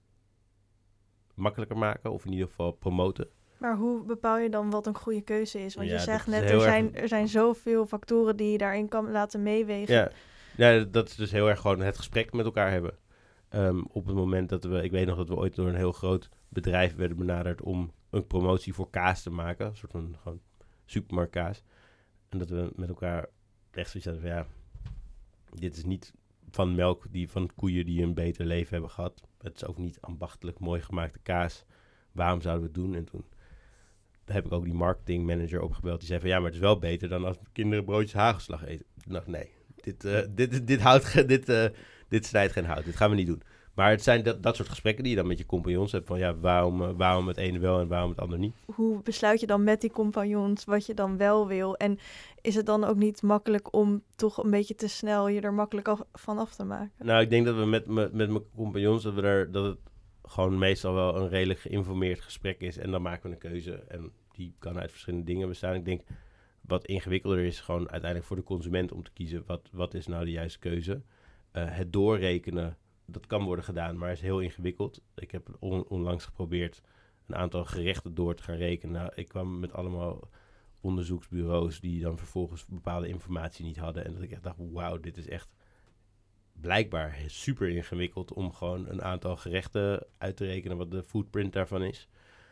makkelijker maken, of in ieder geval promoten. Maar hoe bepaal je dan wat een goede keuze is? Want ja, je zegt net, er zijn, er zijn zoveel factoren die je daarin kan laten meewegen. Ja. ja, dat is dus heel erg gewoon het gesprek met elkaar hebben. Um, op het moment dat we, ik weet nog dat we ooit door een heel groot bedrijf werden benaderd om een promotie voor kaas te maken. Een soort van gewoon supermarktkaas. En dat we met elkaar echt zoiets hadden van, ja, dit is niet van melk die van koeien die een beter leven hebben gehad. Het is ook niet ambachtelijk mooi gemaakte kaas. Waarom zouden we het doen? En toen heb ik ook die marketingmanager opgebeld. Die zei van, ja, maar het is wel beter dan als kinderen broodjes hagelslag eten. Ik dacht, nee, dit, uh, dit, dit, houdt ge- dit, uh, dit snijdt geen hout. Dit gaan we niet doen. Maar het zijn dat, dat soort gesprekken die je dan met je compagnons hebt. Van ja, waarom, uh, waarom het ene wel en waarom het andere niet. Hoe besluit je dan met die compagnons wat je dan wel wil? En is het dan ook niet makkelijk om toch een beetje te snel je er makkelijk af, van af te maken? Nou, ik denk dat we met, met, met mijn compagnons, dat, we er, dat het gewoon meestal wel een redelijk geïnformeerd gesprek is. En dan maken we een keuze. En die kan uit verschillende dingen bestaan. Ik denk wat ingewikkelder is gewoon uiteindelijk voor de consument om te kiezen. Wat, wat is nou de juiste keuze? Uh, het doorrekenen, dat kan worden gedaan, maar is heel ingewikkeld. Ik heb on, onlangs geprobeerd een aantal gerechten door te gaan rekenen. Nou, ik kwam met allemaal onderzoeksbureaus die dan vervolgens bepaalde informatie niet hadden. En dat ik echt dacht, wauw, dit is echt blijkbaar super ingewikkeld om gewoon een aantal gerechten uit te rekenen wat de footprint daarvan is.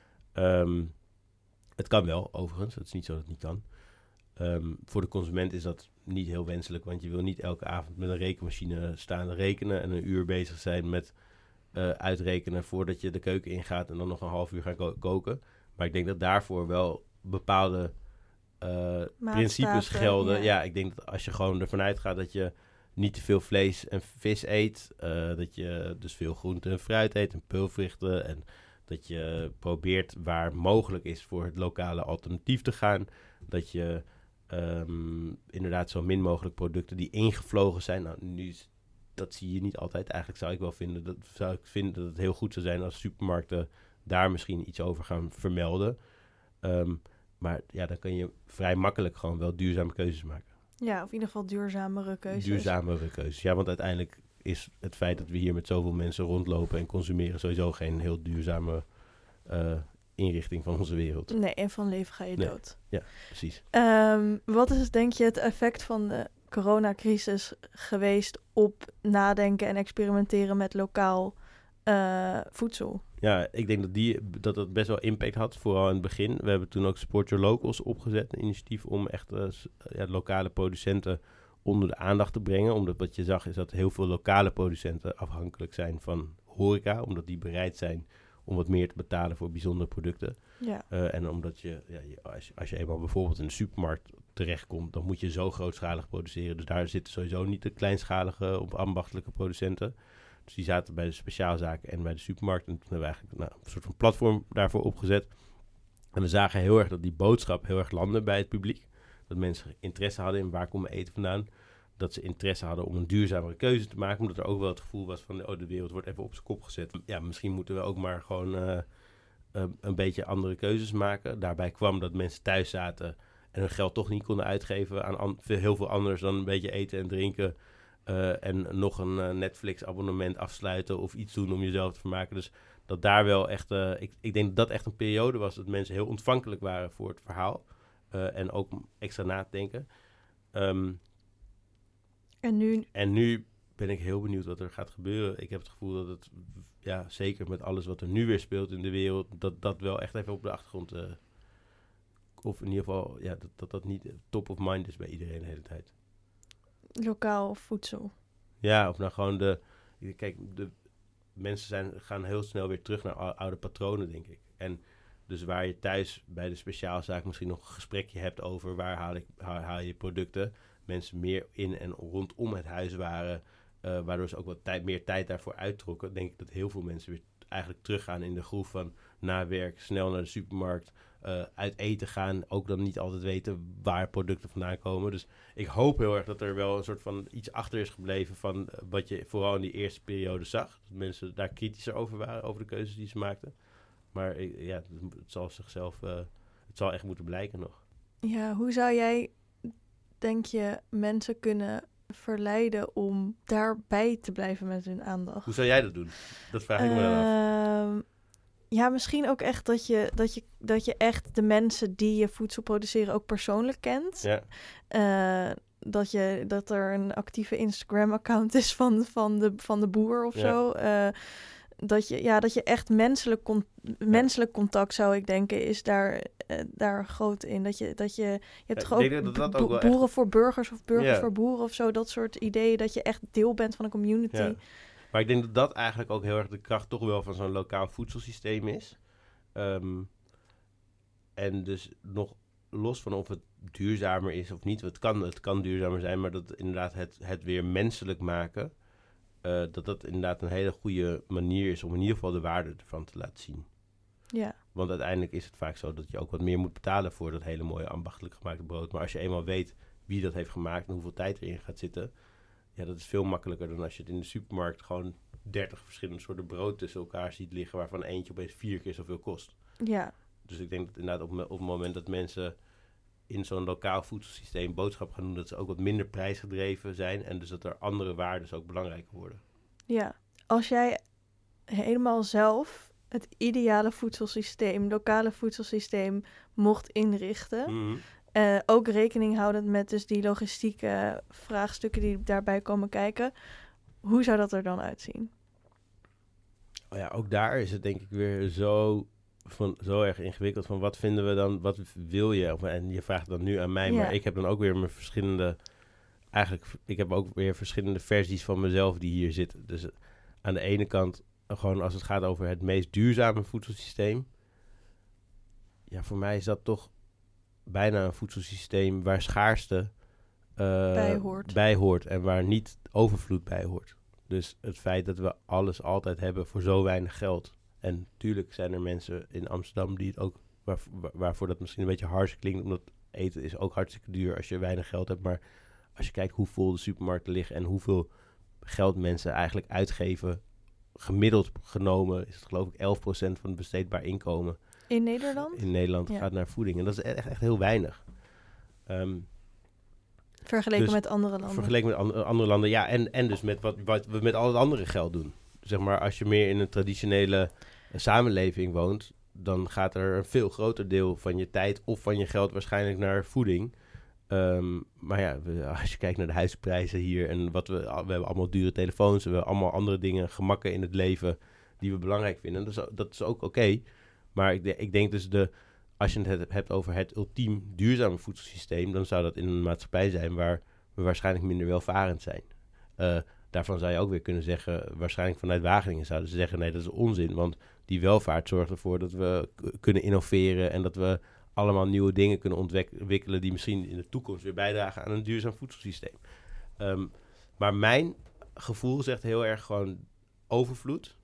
Um, het kan wel, overigens. Het is niet zo dat het niet kan. Um, voor de consument is dat niet heel wenselijk, want je wil niet elke avond met een rekenmachine staan rekenen en een uur bezig zijn met uh, uitrekenen voordat je de keuken ingaat en dan nog een half uur gaan ko- koken. Maar ik denk dat daarvoor wel bepaalde uh, principes gelden. Ja. ja, ik denk dat als je gewoon ervan uitgaat dat je niet te veel vlees en vis eet, uh, dat je dus veel groente en fruit eet en peulvruchten en dat je probeert waar mogelijk is voor het lokale alternatief te gaan, dat je Um, inderdaad zo min mogelijk producten die ingevlogen zijn. Nou, nu dat zie je niet altijd. Eigenlijk zou ik wel vinden dat, zou ik vinden dat het heel goed zou zijn als supermarkten daar misschien iets over gaan vermelden. Um, maar ja, dan kan je vrij makkelijk gewoon wel duurzame keuzes maken. Ja, of in ieder geval duurzamere keuzes. Duurzamere keuzes. Ja, want uiteindelijk is het feit dat we hier met zoveel mensen rondlopen en consumeren sowieso geen heel duurzame uh, inrichting van onze wereld. Nee, en van leven ga je nee. dood. Ja, precies. Um, wat is, denk je, het effect van de coronacrisis geweest op nadenken en experimenteren met lokaal uh, voedsel? Ja, ik denk dat, die, dat dat best wel impact had, vooral in het begin. We hebben toen ook Support Your Locals opgezet, een initiatief om echt uh, ja, lokale producenten onder de aandacht te brengen. Omdat wat je zag is dat heel veel lokale producenten afhankelijk zijn van horeca, omdat die bereid zijn om wat meer te betalen voor bijzondere producten. Ja. Uh, en omdat je, ja, je, als, je, als je eenmaal bijvoorbeeld in de supermarkt terechtkomt, dan moet je zo grootschalig produceren. Dus daar zitten sowieso niet de kleinschalige of ambachtelijke producenten. Dus die zaten bij de speciaalzaken en bij de supermarkt. En toen hebben we eigenlijk nou, een soort van platform daarvoor opgezet. En we zagen heel erg dat die boodschap heel erg landde bij het publiek. Dat mensen interesse hadden in waar komt eten vandaan. Dat ze interesse hadden om een duurzamere keuze te maken. Omdat er ook wel het gevoel was van, oh, de wereld wordt even op zijn kop gezet. Ja, misschien moeten we ook maar gewoon uh, uh, een beetje andere keuzes maken. Daarbij kwam dat mensen thuis zaten en hun geld toch niet konden uitgeven aan an- heel veel anders dan een beetje eten en drinken. Uh, en nog een uh, Netflix-abonnement afsluiten of iets doen om jezelf te vermaken. Dus dat daar wel echt, uh, ik, ik denk dat dat echt een periode was dat mensen heel ontvankelijk waren voor het verhaal. Uh, en ook extra na te denken. Um, en nu? En nu ben ik heel benieuwd wat er gaat gebeuren. Ik heb het gevoel dat het, ja, zeker met alles wat er nu weer speelt in de wereld, dat dat wel echt even op de achtergrond, uh, of in ieder geval, ja, dat, dat dat niet top of mind is bij iedereen de hele tijd. Lokaal voedsel. Ja, of nou gewoon de, kijk, de mensen zijn, gaan heel snel weer terug naar oude patronen, denk ik. En dus waar je thuis bij de speciaalzaak misschien nog een gesprekje hebt over waar haal, ik, haal, haal je producten, mensen meer in en rondom het huis waren, uh, waardoor ze ook wat tijd, meer tijd daarvoor uittrokken, denk ik dat heel veel mensen weer eigenlijk teruggaan in de groef van na werk, snel naar de supermarkt, uh, uit eten gaan, ook dan niet altijd weten waar producten vandaan komen. Dus ik hoop heel erg dat er wel een soort van iets achter is gebleven van uh, wat je vooral in die eerste periode zag. Dat mensen daar kritischer over waren, over de keuzes die ze maakten. Maar uh, ja, het zal zichzelf, uh, het zal echt moeten blijken nog. Ja, hoe zou jij, denk je, mensen kunnen verleiden om daarbij te blijven met hun aandacht? Hoe zou jij dat doen? Dat vraag ik me dan af. Uh, ja, misschien ook echt dat je, dat, je, dat je echt de mensen die je voedsel produceren ook persoonlijk kent. Ja. Uh, dat, je, dat er een actieve Instagram-account is van, van, de, van de boer of ja. zo. Uh, dat, je, ja, dat je echt menselijk, con- menselijk contact, zou ik denken, is daar, uh, daar groot in. Dat je, dat je, je hebt ja, toch ook, dat dat ook bo- boeren echt... voor burgers of burgers ja. voor boeren of zo. Dat soort ideeën, dat je echt deel bent van een community. Ja. Maar ik denk dat dat eigenlijk ook heel erg de kracht toch wel van zo'n lokaal voedselsysteem is. Um, en dus nog los van of het duurzamer is of niet. Het kan, het kan duurzamer zijn, maar dat inderdaad het, het weer menselijk maken. Uh, dat dat inderdaad een hele goede manier is om in ieder geval de waarde ervan te laten zien. Ja. Want uiteindelijk is het vaak zo dat je ook wat meer moet betalen voor dat hele mooie ambachtelijk gemaakte brood. Maar als je eenmaal weet wie dat heeft gemaakt en hoeveel tijd erin gaat zitten, ja, dat is veel makkelijker dan als je het in de supermarkt gewoon dertig verschillende soorten brood tussen elkaar ziet liggen, waarvan eentje opeens vier keer zoveel kost. Ja. Dus ik denk dat inderdaad op, op het moment dat mensen in zo'n lokaal voedselsysteem boodschap gaan doen, dat ze ook wat minder prijsgedreven zijn en dus dat er andere waarden ook belangrijker worden. Ja, als jij helemaal zelf het ideale voedselsysteem, lokale voedselsysteem mocht inrichten, Mm-hmm. uh, ook rekening houdend met dus die logistieke vraagstukken die daarbij komen kijken, hoe zou dat er dan uitzien? Oh ja, ook daar is het denk ik weer zo, van, zo erg ingewikkeld van wat vinden we dan, wat wil je? En je vraagt het dan nu aan mij, ja. Maar ik heb dan ook weer mijn verschillende, eigenlijk, ik heb ook weer verschillende versies van mezelf die hier zitten. Dus aan de ene kant, gewoon als het gaat over het meest duurzame voedselsysteem, ja, voor mij is dat toch bijna een voedselsysteem waar schaarste uh, bij, hoort. bij hoort en waar niet overvloed bij hoort. Dus het feit dat we alles altijd hebben voor zo weinig geld. En natuurlijk zijn er mensen in Amsterdam die het ook, waar, waar, waarvoor dat misschien een beetje harsh klinkt, omdat eten is ook hartstikke duur als je weinig geld hebt. Maar als je kijkt hoe vol de supermarkten liggen en hoeveel geld mensen eigenlijk uitgeven, gemiddeld genomen is het geloof ik elf procent van het besteedbaar inkomen. In Nederland? In Nederland ja. gaat naar voeding. En dat is echt, echt heel weinig. Um, vergeleken dus, met andere landen. Vergeleken met an- andere landen, ja. En, en dus met wat, wat we met al het andere geld doen. Zeg maar, als je meer in een traditionele uh, samenleving woont, dan gaat er een veel groter deel van je tijd of van je geld waarschijnlijk naar voeding. Um, maar ja, we, als je kijkt naar de huisprijzen hier en wat we, we hebben allemaal dure telefoons, we hebben allemaal andere dingen, gemakken in het leven die we belangrijk vinden. Dat is, dat is ook oké. Okay. Maar ik, de, ik denk dus, de, als je het hebt over het ultiem duurzame voedselsysteem, dan zou dat in een maatschappij zijn waar we waarschijnlijk minder welvarend zijn. Uh, daarvan zou je ook weer kunnen zeggen, waarschijnlijk vanuit Wageningen zouden ze zeggen, nee, dat is onzin. Want die welvaart zorgt ervoor dat we k- kunnen innoveren en dat we allemaal nieuwe dingen kunnen ontwikkelen die misschien in de toekomst weer bijdragen aan een duurzaam voedselsysteem. Um, maar mijn gevoel zegt heel erg gewoon overvloed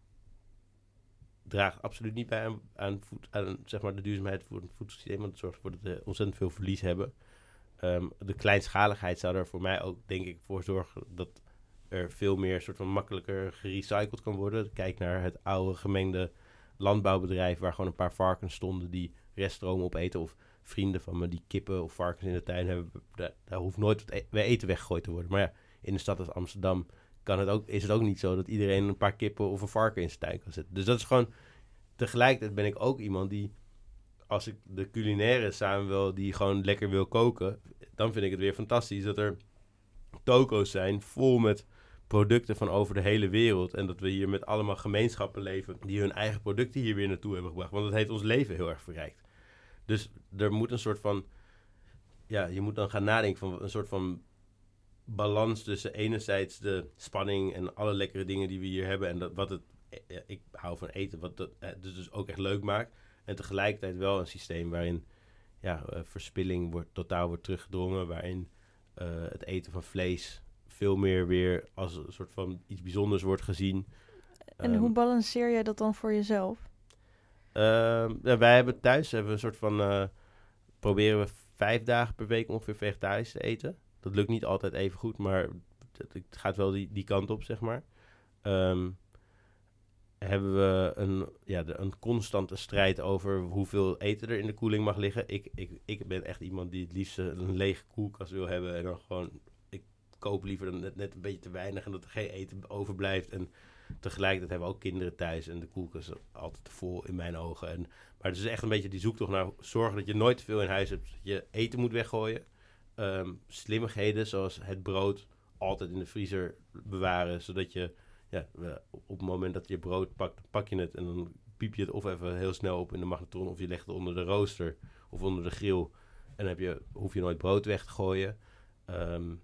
draagt absoluut niet bij aan, aan, voed, aan zeg maar de duurzaamheid voor het voedselsysteem, want het zorgt ervoor dat we ontzettend veel verlies hebben. Um, de kleinschaligheid zou er voor mij ook, denk ik, voor zorgen dat er veel meer soort van makkelijker gerecycled kan worden. Kijk naar het oude gemengde landbouwbedrijf waar gewoon een paar varkens stonden die reststroom opeten, of vrienden van me die kippen of varkens in de tuin hebben. Daar, daar hoeft nooit wat e- eten weggegooid te worden. Maar ja, in een stad als Amsterdam kan het ook, is het ook niet zo dat iedereen een paar kippen of een varken in zijn tuin kan zetten. Dus dat is gewoon, tegelijkertijd ben ik ook iemand die, als ik de culinaire samen wil, die gewoon lekker wil koken, dan vind ik het weer fantastisch dat er toko's zijn vol met producten van over de hele wereld. En dat we hier met allemaal gemeenschappen leven die hun eigen producten hier weer naartoe hebben gebracht. Want dat heeft ons leven heel erg verrijkt. Dus er moet een soort van... Ja, je moet dan gaan nadenken van een soort van balans tussen enerzijds de spanning en alle lekkere dingen die we hier hebben. En dat, wat het... Ja, ik hou van eten, wat dat eh, dus, dus ook echt leuk maakt. En tegelijkertijd wel een systeem waarin ja, uh, verspilling wordt, totaal wordt teruggedrongen. Waarin uh, het eten van vlees veel meer weer als een soort van iets bijzonders wordt gezien. En um, hoe balanceer jij dat dan voor jezelf? Uh, ja, wij hebben thuis hebben we een soort van... Uh, proberen we vijf dagen per week ongeveer vegetarisch te eten. Dat lukt niet altijd even goed, maar het, het gaat wel die, die kant op, zeg maar. Um, hebben we een, ja, de, een constante strijd over hoeveel eten er in de koeling mag liggen. Ik, ik, ik ben echt iemand die het liefst een lege koelkast wil hebben. En dan gewoon, ik koop liever dan net, net een beetje te weinig en dat er geen eten overblijft. En tegelijkertijd hebben we ook kinderen thuis en de koelkast is altijd te vol in mijn ogen. En, maar het is echt een beetje die zoektocht naar zorgen dat je nooit te veel in huis hebt. Dat je eten moet weggooien. Um, slimmigheden zoals het brood altijd in de vriezer bewaren, zodat je... Ja, op het moment dat je brood pakt, pak je het en dan piep je het of even heel snel op in de magnetron of je legt het onder de rooster of onder de grill. En dan heb je, hoef je nooit brood weg te gooien. Um,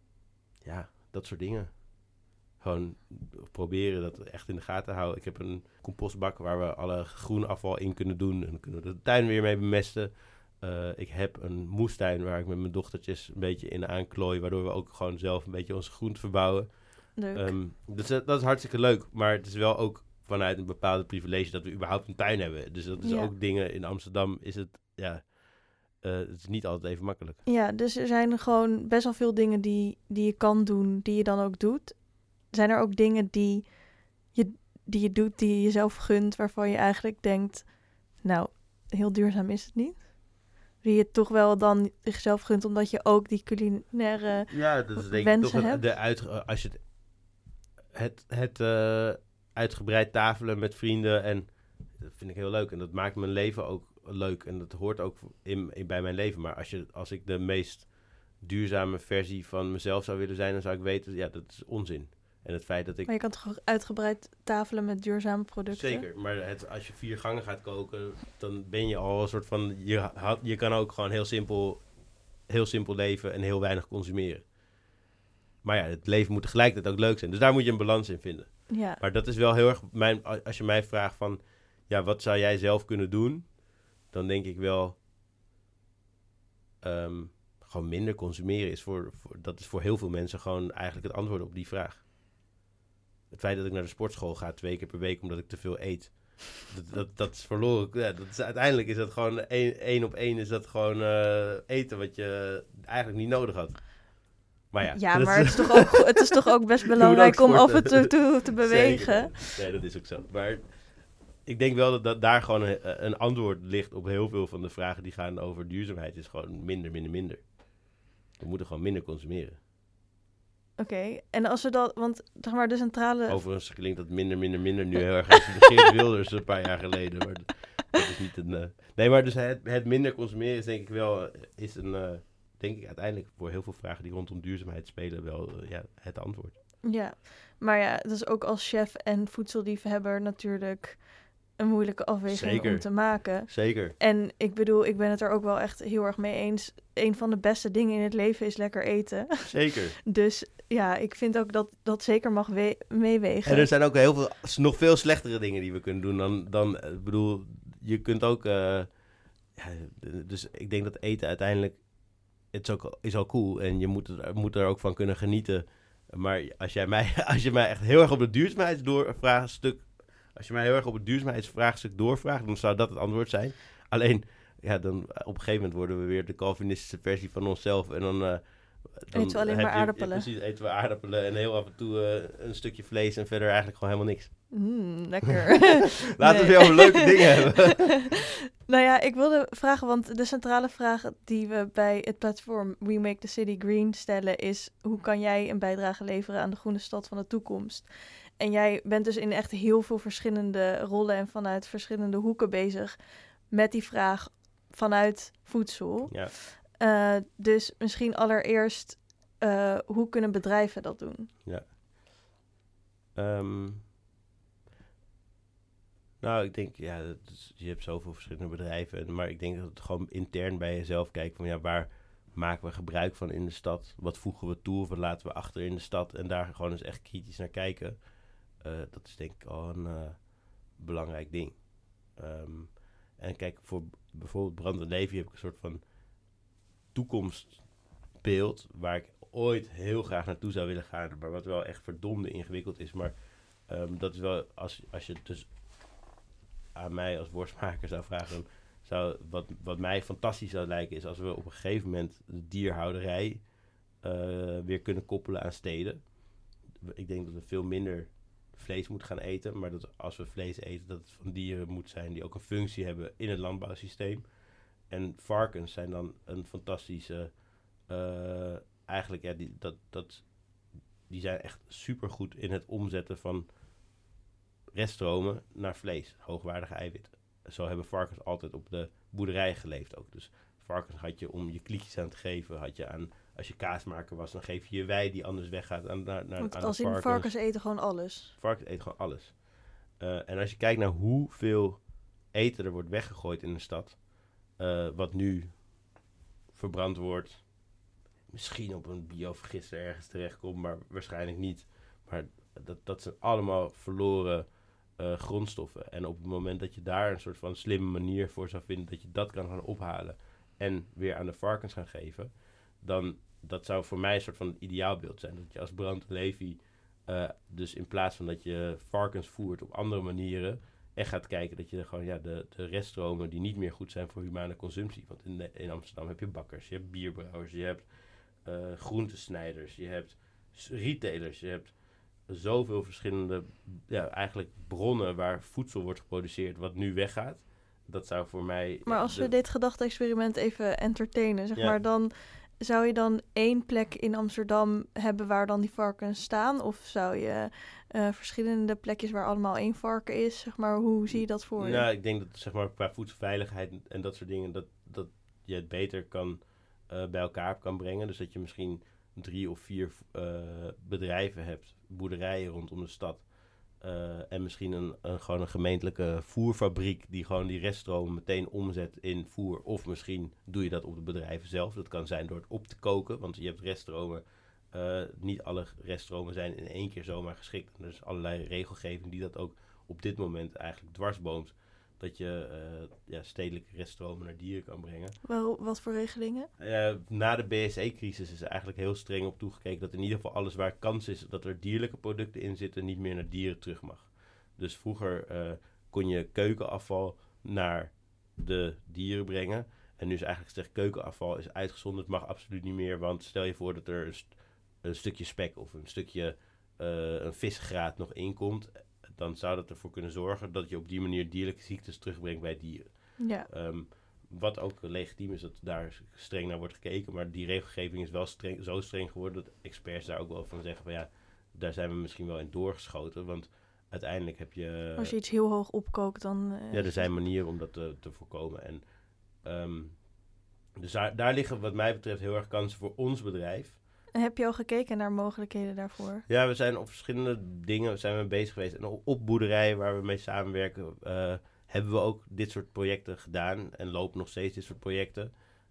ja, dat soort dingen. Gewoon proberen dat echt in de gaten houden. Ik heb een compostbak waar we alle groen afval in kunnen doen en dan kunnen we de tuin weer mee bemesten. Uh, ik heb een moestuin waar ik met mijn dochtertjes een beetje in aanklooi, waardoor we ook gewoon zelf een beetje onze groente verbouwen. Um, dus dat, dat is hartstikke leuk, maar het is wel ook vanuit een bepaalde privilege dat we überhaupt een tuin hebben. Dus dat is ja. ook dingen in Amsterdam is het, ja, uh, het is niet altijd even makkelijk. Ja, dus er zijn gewoon best wel veel dingen die, die je kan doen, die je dan ook doet. Zijn er ook dingen die je, die je doet, die je jezelf gunt, waarvan je eigenlijk denkt, nou, heel duurzaam is het niet? Die je toch wel dan jezelf gunt, omdat je ook die culinaire ja, dat is denk wensen ik toch hebt? De uit, als je het Het, het uh, uitgebreid tafelen met vrienden en dat vind ik heel leuk. En dat maakt mijn leven ook leuk. En dat hoort ook in, in, bij mijn leven. Maar als, je, als ik de meest duurzame versie van mezelf zou willen zijn, dan zou ik weten, ja, dat is onzin. En het feit dat ik... Maar je kan toch uitgebreid tafelen met duurzame producten? Zeker, maar het, als je vier gangen gaat koken, dan ben je al een soort van... Je, had, je kan ook gewoon heel simpel, heel simpel leven en heel weinig consumeren. Maar ja, het leven moet tegelijkertijd ook leuk zijn. Dus daar moet je een balans in vinden. Ja. Maar dat is wel heel erg... Mijn, als je mij vraagt van... Ja, wat zou jij zelf kunnen doen? Dan denk ik wel... Um, gewoon minder consumeren is voor, voor... Dat is voor heel veel mensen gewoon eigenlijk het antwoord op die vraag. Het feit dat ik naar de sportschool ga twee keer per week omdat ik te veel eet. Dat, dat, dat is verloren. Ja, dat is, uiteindelijk is dat gewoon... één, één op één is dat gewoon uh, eten wat je eigenlijk niet nodig had. Maar ja, ja, maar het is, toch ook, het is toch ook best belangrijk om af en toe te, te bewegen. Zeker. Nee, dat is ook zo. Maar ik denk wel dat, dat daar gewoon een, een antwoord ligt op heel veel van de vragen die gaan over duurzaamheid. Is gewoon minder, minder, minder. We moeten gewoon minder consumeren. Oké, okay. En als we dat, want zeg maar de centrale... Overigens klinkt dat minder, minder, minder nu heel erg als de Geert Wilders een paar jaar geleden. Maar dat is niet een... Uh... Nee, maar dus het, het minder consumeren is denk ik wel is een... Uh, denk ik uiteindelijk voor heel veel vragen die rondom duurzaamheid spelen wel uh, ja, het antwoord. Ja, maar ja, dat is ook als chef en voedselliefhebber natuurlijk een moeilijke afweging Zeker. om te maken. Zeker. En ik bedoel, ik ben het er ook wel echt heel erg mee eens. Een van de beste dingen in het leven is lekker eten. Zeker. Dus ja, ik vind ook dat dat zeker mag we- meewegen. En er zijn ook heel veel, nog veel slechtere dingen die we kunnen doen dan, dan ik bedoel, je kunt ook, uh, ja, dus ik denk dat eten uiteindelijk, het is, ook, is al cool en je moet er, moet er ook van kunnen genieten. Maar als jij mij, als je mij echt heel erg op het duurzaamheidsvraagstuk, als je mij heel erg op het duurzaamheidsvraagstuk doorvraagt, dan zou dat het antwoord zijn. Alleen, ja, dan op een gegeven moment worden we weer de Calvinistische versie van onszelf en dan... Uh, Dan eten we alleen maar aardappelen. Je, ja, precies, eten we aardappelen en heel af en toe uh, een stukje vlees en verder eigenlijk gewoon helemaal niks. Mm, lekker. Laten we weer over leuke dingen hebben. Nou ja, ik wilde vragen, want de centrale vraag die we bij het platform We Make the City Green stellen is: hoe kan jij een bijdrage leveren aan de groene stad van de toekomst? En jij bent dus in echt heel veel verschillende rollen en vanuit verschillende hoeken bezig met die vraag vanuit voedsel. Ja. Uh, dus misschien allereerst, uh, hoe kunnen bedrijven dat doen? Ja. Um, nou, ik denk, ja, dat is, je hebt zoveel verschillende bedrijven. Maar ik denk dat het gewoon intern bij jezelf kijkt van, ja, waar maken we gebruik van in de stad? Wat voegen we toe of wat laten we achter in de stad? En daar gewoon eens echt kritisch naar kijken. Uh, dat is denk ik al een uh, belangrijk ding. Um, en kijk, voor bijvoorbeeld Brand en Levi heb ik een soort van toekomstbeeld waar ik ooit heel graag naartoe zou willen gaan, maar wat wel echt verdomde ingewikkeld is. Maar um, dat is wel, als, als je het dus aan mij als worstmaker zou vragen, zou, wat, wat mij fantastisch zou lijken, is als we op een gegeven moment de dierhouderij uh, weer kunnen koppelen aan steden. Ik denk dat we veel minder vlees moeten gaan eten, maar dat als we vlees eten, dat het van dieren moet zijn die ook een functie hebben in het landbouwsysteem. En varkens zijn dan een fantastische, uh, eigenlijk, ja, die, dat, dat, die zijn echt supergoed in het omzetten van reststromen naar vlees, hoogwaardige eiwitten. Zo hebben varkens altijd op de boerderij geleefd ook. Dus varkens had je om je kliekjes aan te geven, had je aan, als je kaasmaker was, dan geef je je wei die anders weggaat aan, naar, naar, Want aan als de in varkens. varkens eten gewoon alles. Varkens eten gewoon alles. Uh, en als je kijkt naar hoeveel eten er wordt weggegooid in de stad, uh, wat nu verbrand wordt, misschien op een biovergister ergens terechtkomt, maar waarschijnlijk niet. Maar dat, dat zijn allemaal verloren uh, grondstoffen. En op het moment dat je daar een soort van slimme manier voor zou vinden, dat je dat kan gaan ophalen en weer aan de varkens gaan geven, dan dat zou voor mij een soort van ideaalbeeld zijn. Dat je als Brand en Levi, uh, dus in plaats van dat je varkens voert op andere manieren, en gaat kijken dat je gewoon ja, de, de reststromen die niet meer goed zijn voor humane consumptie. Want in, de, in Amsterdam heb je bakkers, je hebt bierbrouwers, je hebt uh, groentesnijders, je hebt retailers, je hebt zoveel verschillende ja, eigenlijk bronnen waar voedsel wordt geproduceerd wat nu weggaat. Dat zou voor mij... Maar als de... we dit gedachte-experiment even entertainen, zeg ja. maar, dan zou je dan één plek in Amsterdam hebben waar dan die varkens staan? Of zou je uh, verschillende plekjes waar allemaal één varken is? Zeg maar, hoe zie je dat voor je? Nou, ik denk dat zeg maar qua voedselveiligheid en dat soort dingen, dat, dat je het beter kan uh, bij elkaar kan brengen. Dus dat je misschien drie of vier uh, bedrijven hebt, boerderijen rondom de stad. Uh, en misschien een, een, gewoon een gemeentelijke voerfabriek die gewoon die reststromen meteen omzet in voer. Of misschien doe je dat op de bedrijven zelf. Dat kan zijn door het op te koken, want je hebt reststromen. Uh, niet alle reststromen zijn in één keer zomaar geschikt. En er is allerlei regelgeving die dat ook op dit moment eigenlijk dwarsboomt. Dat je uh, ja, stedelijke reststromen naar dieren kan brengen. Wel, wat voor regelingen? Uh, na de B S E-crisis is er eigenlijk heel streng op toegekeken dat in ieder geval alles waar kans is dat er dierlijke producten in zitten niet meer naar dieren terug mag. Dus vroeger uh, kon je keukenafval naar de dieren brengen. En nu is eigenlijk gezegd keukenafval is uitgezonderd, mag absoluut niet meer. Want stel je voor dat er een, st- een stukje spek of een stukje uh, een visgraat nog inkomt, dan zou dat ervoor kunnen zorgen dat je op die manier dierlijke ziektes terugbrengt bij dieren. Ja. Um, wat ook legitiem is dat daar streng naar wordt gekeken, maar die regelgeving is wel streng, zo streng geworden dat experts daar ook wel van zeggen van ja, daar zijn we misschien wel in doorgeschoten, want uiteindelijk heb je... Als je iets heel hoog opkookt, dan... Uh, ja, er zijn manieren om dat te, te voorkomen. En, um, dus daar, daar liggen wat mij betreft heel erg kansen voor ons bedrijf. En heb je al gekeken naar mogelijkheden daarvoor? Ja, we zijn op verschillende dingen zijn we bezig geweest. En op boerderijen waar we mee samenwerken, uh, hebben we ook dit soort projecten gedaan. En lopen nog steeds dit soort projecten.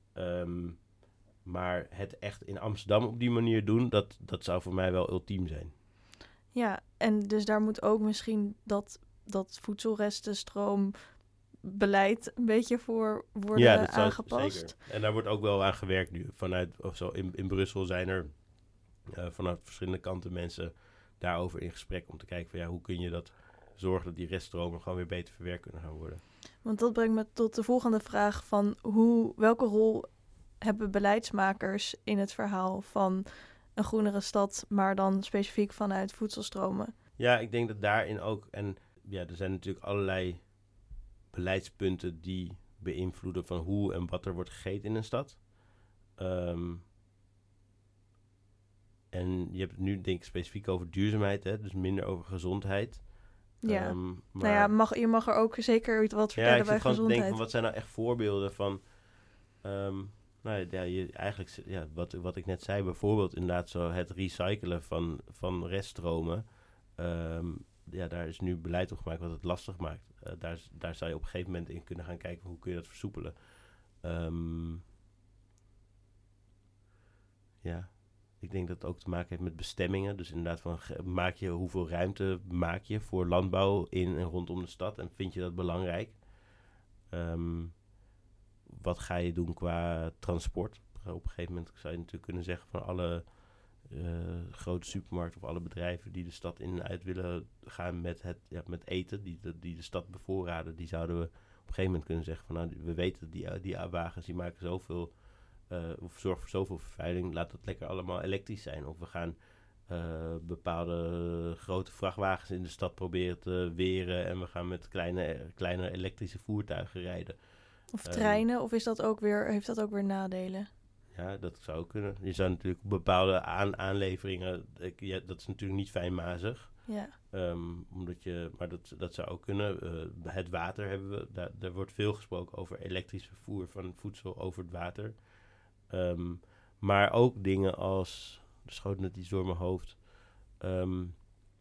Um, maar het echt in Amsterdam op die manier doen, dat, dat zou voor mij wel ultiem zijn. Ja, en dus daar moet ook misschien dat, dat voedselrestenstroombeleid een beetje voor worden ja, dat zou aangepast. Zeker. En daar wordt ook wel aan gewerkt nu. Vanuit, of zo, in, in Brussel zijn er uh, vanuit verschillende kanten mensen daarover in gesprek om te kijken van ja, hoe kun je dat zorgen dat die reststromen gewoon weer beter verwerkt kunnen gaan worden. Want dat brengt me tot de volgende vraag van hoe, welke rol hebben beleidsmakers in het verhaal van een groenere stad, maar dan specifiek vanuit voedselstromen? Ja, ik denk dat daarin ook, en ja, er zijn natuurlijk allerlei beleidspunten die beïnvloeden van hoe en wat er wordt gegeten in een stad. Um, en je hebt het nu denk ik specifiek over duurzaamheid, hè? Dus minder over gezondheid. Ja, um, maar, nou ja, mag, je mag er ook zeker wat vertellen ja, ik bij zit gewoon gezondheid. te denken van wat zijn nou echt voorbeelden van... Um, Nou ja, je, eigenlijk, ja, wat, wat ik net zei, bijvoorbeeld inderdaad zo het recyclen van, van reststromen. Um, ja, daar is nu beleid op gemaakt wat het lastig maakt. Uh, daar, daar zou je op een gegeven moment in kunnen gaan kijken hoe kun je dat versoepelen. Um, ja, ik denk dat het ook te maken heeft met bestemmingen. Dus inderdaad, van, maak je, hoeveel ruimte maak je voor landbouw in en rondom de stad? En vind je dat belangrijk? Um, wat ga je doen qua transport? Op een gegeven moment zou je natuurlijk kunnen zeggen van alle uh, grote supermarkten of alle bedrijven die de stad in en uit willen gaan met, het, ja, met eten, die de, die de stad bevoorraden, die zouden we op een gegeven moment kunnen zeggen van nou, we weten dat die, die wagens die maken zoveel, uh, of zorgen voor zoveel vervuiling, laat dat lekker allemaal elektrisch zijn. Of we gaan uh, bepaalde grote vrachtwagens in de stad proberen te weren en we gaan met kleine, kleine elektrische voertuigen rijden. Of treinen, um, of is dat ook weer, heeft dat ook weer nadelen? Ja, dat zou ook kunnen. Je zou natuurlijk bepaalde aan, aanleveringen, ik, ja, dat is natuurlijk niet fijnmazig. Ja. Um, omdat je, maar dat, dat zou ook kunnen. Uh, het water hebben we, daar, daar wordt veel gesproken over elektrisch vervoer van voedsel over het water. Um, maar ook dingen als, er schoot net iets door mijn hoofd. Um,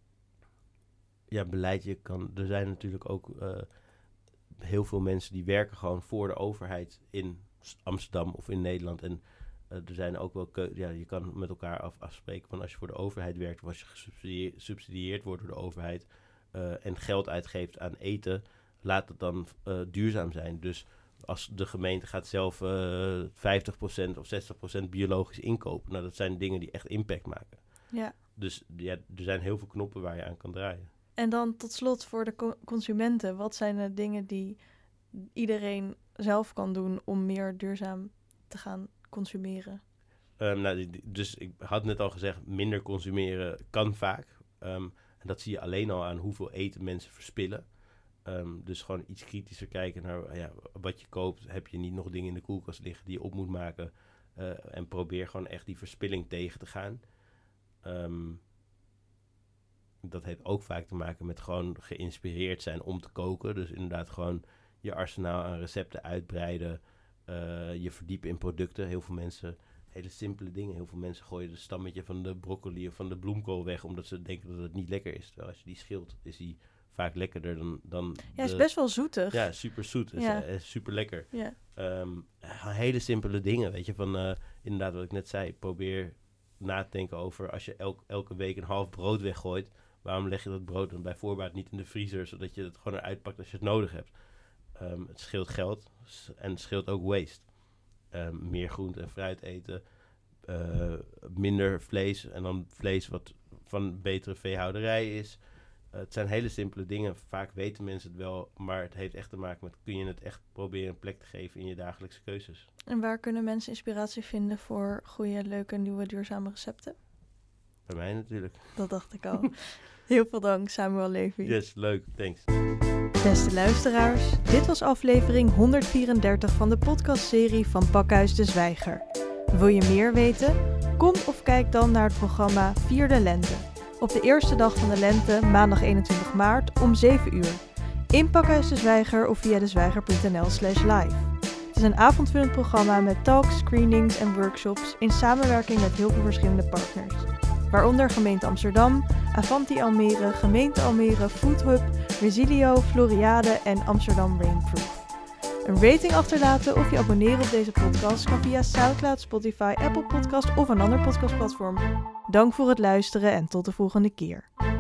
ja, beleid, je kan, er zijn natuurlijk ook uh, heel veel mensen die werken gewoon voor de overheid in Amsterdam of in Nederland. En uh, er zijn ook wel, keu- ja, je kan met elkaar af- afspreken van als je voor de overheid werkt of als je gesubsidieerd subsidieerd wordt door de overheid uh, en geld uitgeeft aan eten, laat het dan uh, duurzaam zijn. Dus als de gemeente gaat zelf uh, vijftig procent of zestig procent biologisch inkopen, nou dat zijn dingen die echt impact maken. Ja. Dus ja, er zijn heel veel knoppen waar je aan kan draaien. En dan tot slot voor de co- consumenten, wat zijn de dingen die iedereen zelf kan doen om meer duurzaam te gaan consumeren? Um, nou, dus ik had net al gezegd, minder consumeren kan vaak. Um, en dat zie je alleen al aan hoeveel eten mensen verspillen. Um, dus gewoon iets kritischer kijken naar ja, wat je koopt. Heb je niet nog dingen in de koelkast liggen die je op moet maken? Uh, en probeer gewoon echt die verspilling tegen te gaan. Um, dat heeft ook vaak te maken met gewoon geïnspireerd zijn om te koken. Dus inderdaad gewoon je arsenaal aan recepten uitbreiden. Uh, je verdiepen in producten. Heel veel mensen, hele simpele dingen. Heel veel mensen gooien het stammetje van de broccoli of van de bloemkool weg, omdat ze denken dat het niet lekker is. Terwijl als je die schilt, is die vaak lekkerder dan... dan ja, het is best wel zoetig. Ja, super zoet. Ja. Is, uh, is super lekker. Ja. Um, hele simpele dingen, weet je. Van uh, inderdaad wat ik net zei. Probeer na te denken over als je elk, elke week een half brood weggooit. Waarom leg je dat brood dan bij voorbaat niet in de vriezer, zodat je het gewoon eruit pakt als je het nodig hebt? Um, het scheelt geld en het scheelt ook waste. Um, meer groente en fruit eten, uh, minder vlees en dan vlees wat van betere veehouderij is. Uh, het zijn hele simpele dingen. Vaak weten mensen het wel, maar het heeft echt te maken met kun je het echt proberen een plek te geven in je dagelijkse keuzes. En waar kunnen mensen inspiratie vinden voor goede, leuke, nieuwe, duurzame recepten? Bij mij natuurlijk. Dat dacht ik al. Heel veel dank, Samuel Levy. Yes, leuk. Thanks. Beste luisteraars, dit was aflevering honderdvierendertig van de podcastserie van Pakhuis de Zwijger. Wil je meer weten? Kom of kijk dan naar het programma Vierde Lente. Op de eerste dag van de lente, maandag eenentwintig maart, om zeven uur. In Pakhuis de Zwijger of via dezwijger.nl slash live. Het is een avondvullend programma met talks, screenings en workshops in samenwerking met heel veel verschillende partners. Waaronder gemeente Amsterdam, Avanti Almere, gemeente Almere, Food Hub, Resilio, Floriade en Amsterdam Rainproof. Een rating achterlaten of je abonneren op deze podcast kan via SoundCloud, Spotify, Apple Podcast of een ander podcastplatform. Dank voor het luisteren en tot de volgende keer.